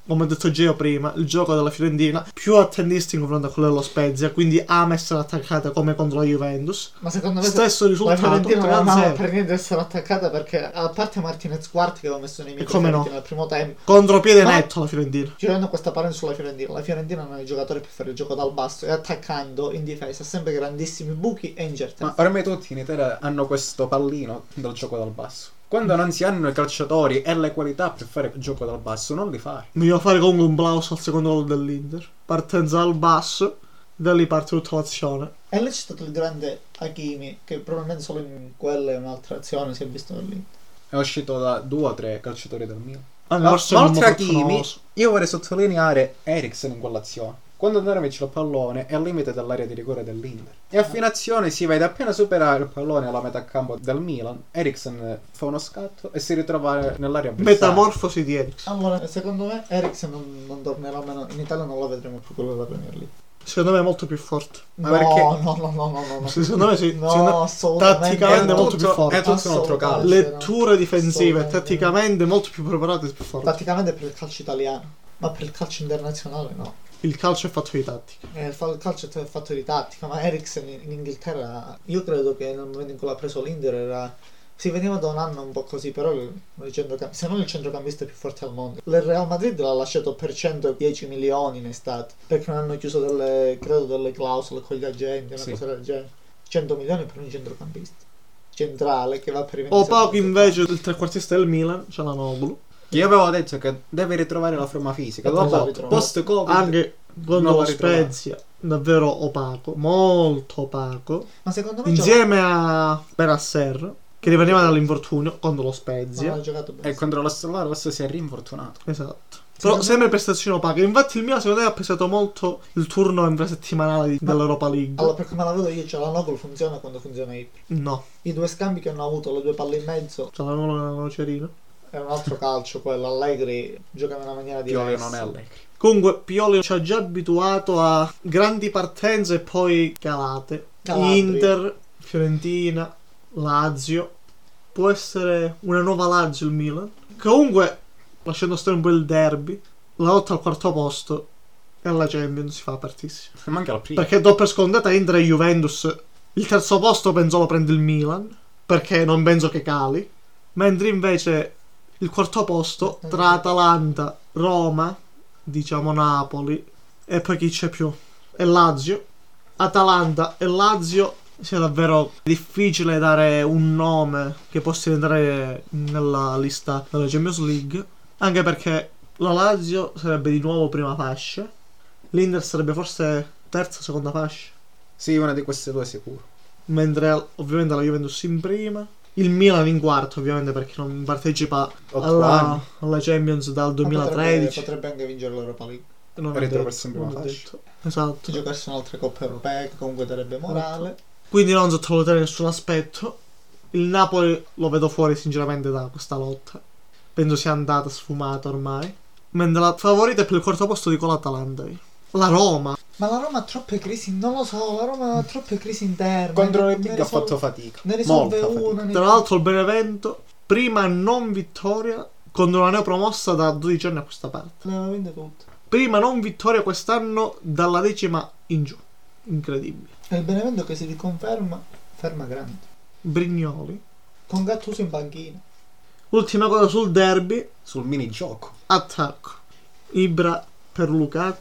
come ho detto già io prima, il gioco della Fiorentina più attendista in confronto a quello dello Spezia, quindi ama essere attaccata come contro la Juventus. Ma secondo me Stesso la risultato, Fiorentina non tre a amava zero. per niente essere attaccata, perché a parte Martinez Quarti che aveva messo nei miei E come no? preferiti nel primo tempo. Contropiede Ma- netto la Fiorentina. Girando questa parentesi sulla Fiorentina, la Fiorentina non è il giocatore per fare il gioco dal basso e attaccando in difesa ha sempre grandissimi buchi e incertezze. Ma ormai tutti in Italia hanno questo pallino del gioco dal basso. Quando non si hanno i calciatori e le qualità per fare il gioco dal basso, non li fai. Voglio fare comunque un plauso al secondo gol dell'Inter. Partenza dal basso, da lì parte tutta l'azione. E lì c'è stato il grande Hakimi, che probabilmente solo in quella e un'altra azione si è visto dall'Inter. È uscito da due o tre calciatori del Milan. Ah, Ma, forse ma non oltre a molto Hakimi, fortunoso. io vorrei sottolineare Eriksen in quell'azione. Quando Donnarumma il pallone è al limite dell'area di rigore dell'Inter. E a fine azione si vede appena superare il pallone alla metà campo del Milan, Eriksen fa uno scatto e si ritrova nell'area avversaria. Metamorfosi di Eriksen. Allora, secondo me Eriksen non, non tornerà meno, in Italia non lo vedremo più quello della Premier League. Secondo me è molto più forte. Ma no, perché- no, no, no, no, no, no. Sì, secondo me sì. No, Secondo me assolutamente. tatticamente È molto tutto- più forte. è tutto un altro Assolutamente. calcio. Letture difensive, Assolutamente. tatticamente molto più preparate e più forti. Praticamente per il calcio italiano, ma per il calcio internazionale no. Il calcio è fatto di tattica. Eh, il fa- il calcio è fatto di tattica, ma Eriksen in, in Inghilterra, io credo che nel momento in cui l'ha preso l'Inter era... Si veniva da un anno un po' così, però il, il centrocamp- se non il centrocampista più forte al mondo. Il Real Madrid l'ha lasciato per centodieci milioni in estate, perché non hanno chiuso delle, credo, delle clausole con gli agenti, una Sì. cosa del genere. cento milioni per un centrocampista centrale che va per i ventisette Opaco milioni. invece il trequartista del Milan, Cialanoglu. Io avevo detto che deve ritrovare la forma fisica. E non la Dopo, ritrova. post-Covid, Anche contro non lo la ritrova. Spezia, davvero opaco, molto opaco. Ma secondo me gioca- Insieme a Benasser, che riveniva dall'infortunio contro lo non Spezia. ha giocato bene. e contro la Stellare questo si è rinfortunato. Esatto. Però Secondo sempre prestazioni opache. Infatti il Milan secondo me ha pesato molto il turno infrasettimanale di- Ma- dell'Europa League. Allora, per come la vedo io, Cialanoglu funziona quando funziona Ibra. No, I due scambi che hanno avuto, le due palle in mezzo, Cialanoglu è una nocerina. è un altro calcio quello. Allegri gioca in una maniera Pioli diversa. non è allegri. Comunque Pioli ci ha già abituato a grandi partenze e poi calate. Calabria. Inter, Fiorentina, Lazio. Può essere una nuova Lazio il Milan. Comunque, lasciando stare un po' il derby, la lotta al quarto posto e alla Champions si fa apertissima. Manca la prima. Perché do per scontata Inter e Juventus. Il terzo posto penso lo prende il Milan, perché non penso che cali. Mentre invece il quarto posto tra Atalanta, Roma, diciamo Napoli e poi chi c'è più? E Lazio. Atalanta e Lazio sia davvero difficile dare un nome che possa entrare nella lista della Champions League, anche perché la Lazio sarebbe di nuovo prima fascia, l'Inter sarebbe forse terza, seconda fascia, Sì, una di queste due sicuro. mentre ovviamente la Juventus in prima, il Milan in quarto ovviamente perché non partecipa Otto alla, anni. alla Champions dal Ma duemilatredici. Potrebbe, potrebbe anche vincere l'Europa League. Non è ritrovarsi detto, in prima non è fascia. detto. Esatto. Giocarsi in altre coppe europee, che comunque darebbe morale. Quindi non sottovalutare nessun aspetto. Il Napoli lo vedo fuori sinceramente da questa lotta. Penso sia andata sfumata ormai. Mentre la favorita è per il quarto posto dico l'Atalanta. io. La Roma. Ma la Roma ha troppe crisi, non lo so, la Roma ha troppe crisi interne. Contro Ne le big ha risol- fatto fatica. Ne risolve Molta fatica. una. ne- Tra l'altro il Benevento, prima non vittoria contro una neopromossa da dodici anni a questa parte. Le aveva vinte tutte. Prima non vittoria quest'anno dalla decima in giù. Incredibile. E il Benevento che si riconferma, ferma grande. Brignoli. Con Gattuso in panchina. Ultima cosa sul derby. Sul minigioco. Attacco. Ibra per Lukaku.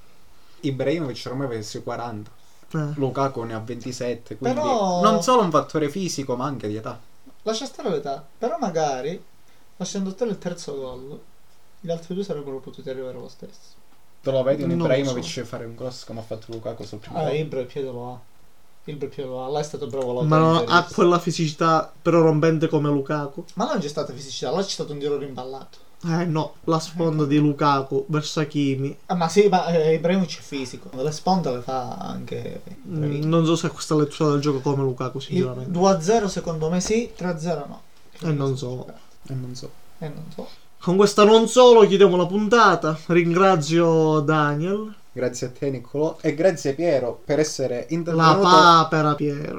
Ibrahimovic ormai aveva sui quaranta. Eh. Lukaku ne ha ventisette. Quindi Però- non solo un fattore fisico, ma anche di età. Lascia stare l'età. Però magari, lasciando stare il terzo gol, gli altri due sarebbero potuti arrivare lo stesso. Te lo vedi un Non lo Ibrahimovic so. fare un cross come ha fatto Lukaku sul primo Ah, gol? Ibra il piede lo ha. Ibra il piede lo ha. Là è stato bravo Ma non Lautaro. ha quella fisicità però rompente come Lukaku. Ma non c'è stata fisicità, là c'è stato un tiro rimballato. Eh no, la sponda di Lukaku verso Hakimi. Ah, ma sì, ma eh, Ibrahimovic è fisico. Le sponde le fa anche Mm, Ibrahimovic. non so se è questa lettura del gioco come Lukaku Il sinceramente. due a zero secondo me sì, tre a zero no. E non so. E non so. E non so. Con questa non solo chiudiamo la puntata. Ringrazio Daniel. Grazie a te Niccolò. E grazie Piero per essere La intervenuto. papera Piero.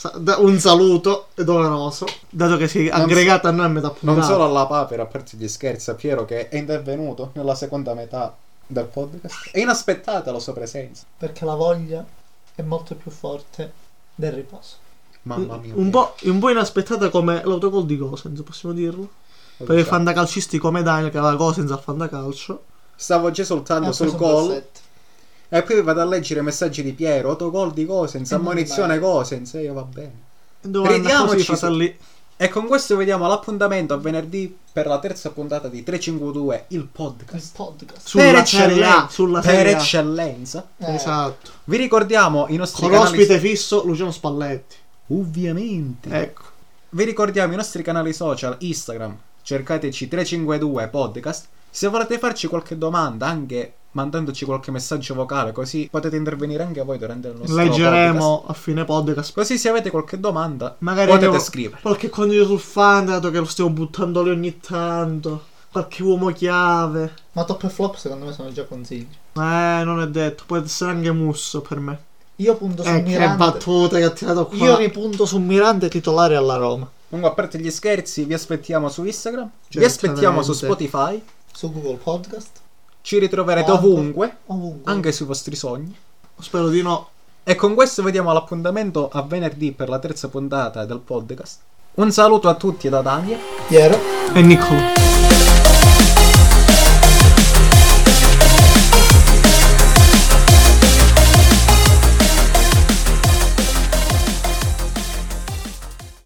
sa- da- un saluto doveroso, dato che si è Non aggregata a noi a metà puntata. Non solo alla papera, a parte gli scherzi, a Piero che è intervenuto nella seconda metà del podcast. È inaspettata la sua presenza. Perché la voglia è molto più forte del riposo. Mamma mia. un, po', un po' inaspettata come l'autogol di Gosens, possiamo dirlo. Per i fantacalcisti come Daniel che aveva Gosens al fantacalcio. Stavo già esultando Ha sul preso un gol. versetto. E poi vado a leggere i messaggi di Piero. Autogol di Gosens, E non ammonizione vai. Gosens. E io va bene. Dove Ridiamoci così, su- fratelli. E con questo vediamo l'appuntamento a venerdì per la terza puntata di trecentocinquantadue, il Il podcast. podcast. Sulla per Serie A, eccellenza. sulla per Serie A. eccellenza. Eh, Esatto. Vi ricordiamo i nostri Con canali. ospite fisso Luciano Spalletti. Ovviamente. Ecco. Vi ricordiamo i nostri canali social, Instagram, cercateci trecentocinquantadue podcast. Se volete farci qualche domanda, anche mandandoci qualche messaggio vocale, così potete intervenire anche voi durante il nostro podcast. Leggeremo a fine podcast. Così se avete qualche domanda, Magari potete anche scrivere. qualche consiglio sul fan, dato che lo stiamo buttando lì ogni tanto. Qualche uomo chiave. Ma top e flop secondo me sono già consigli. Eh, non è detto. Può essere anche Musso per me. Io punto su Eh, che Mirante. battuta che ha tirato qua. Io ripunto su Mirante titolare alla Roma. Comunque, a parte gli scherzi, vi aspettiamo su Instagram, vi Certamente. aspettiamo su Spotify, Su Google Podcast. ci ritroverete Quanto? ovunque, Ovunque. anche sui vostri sogni. Spero di no. E con questo vediamo l'appuntamento a venerdì per la terza puntata del podcast. Un saluto a tutti da Daniel. Piero. E Nicolo.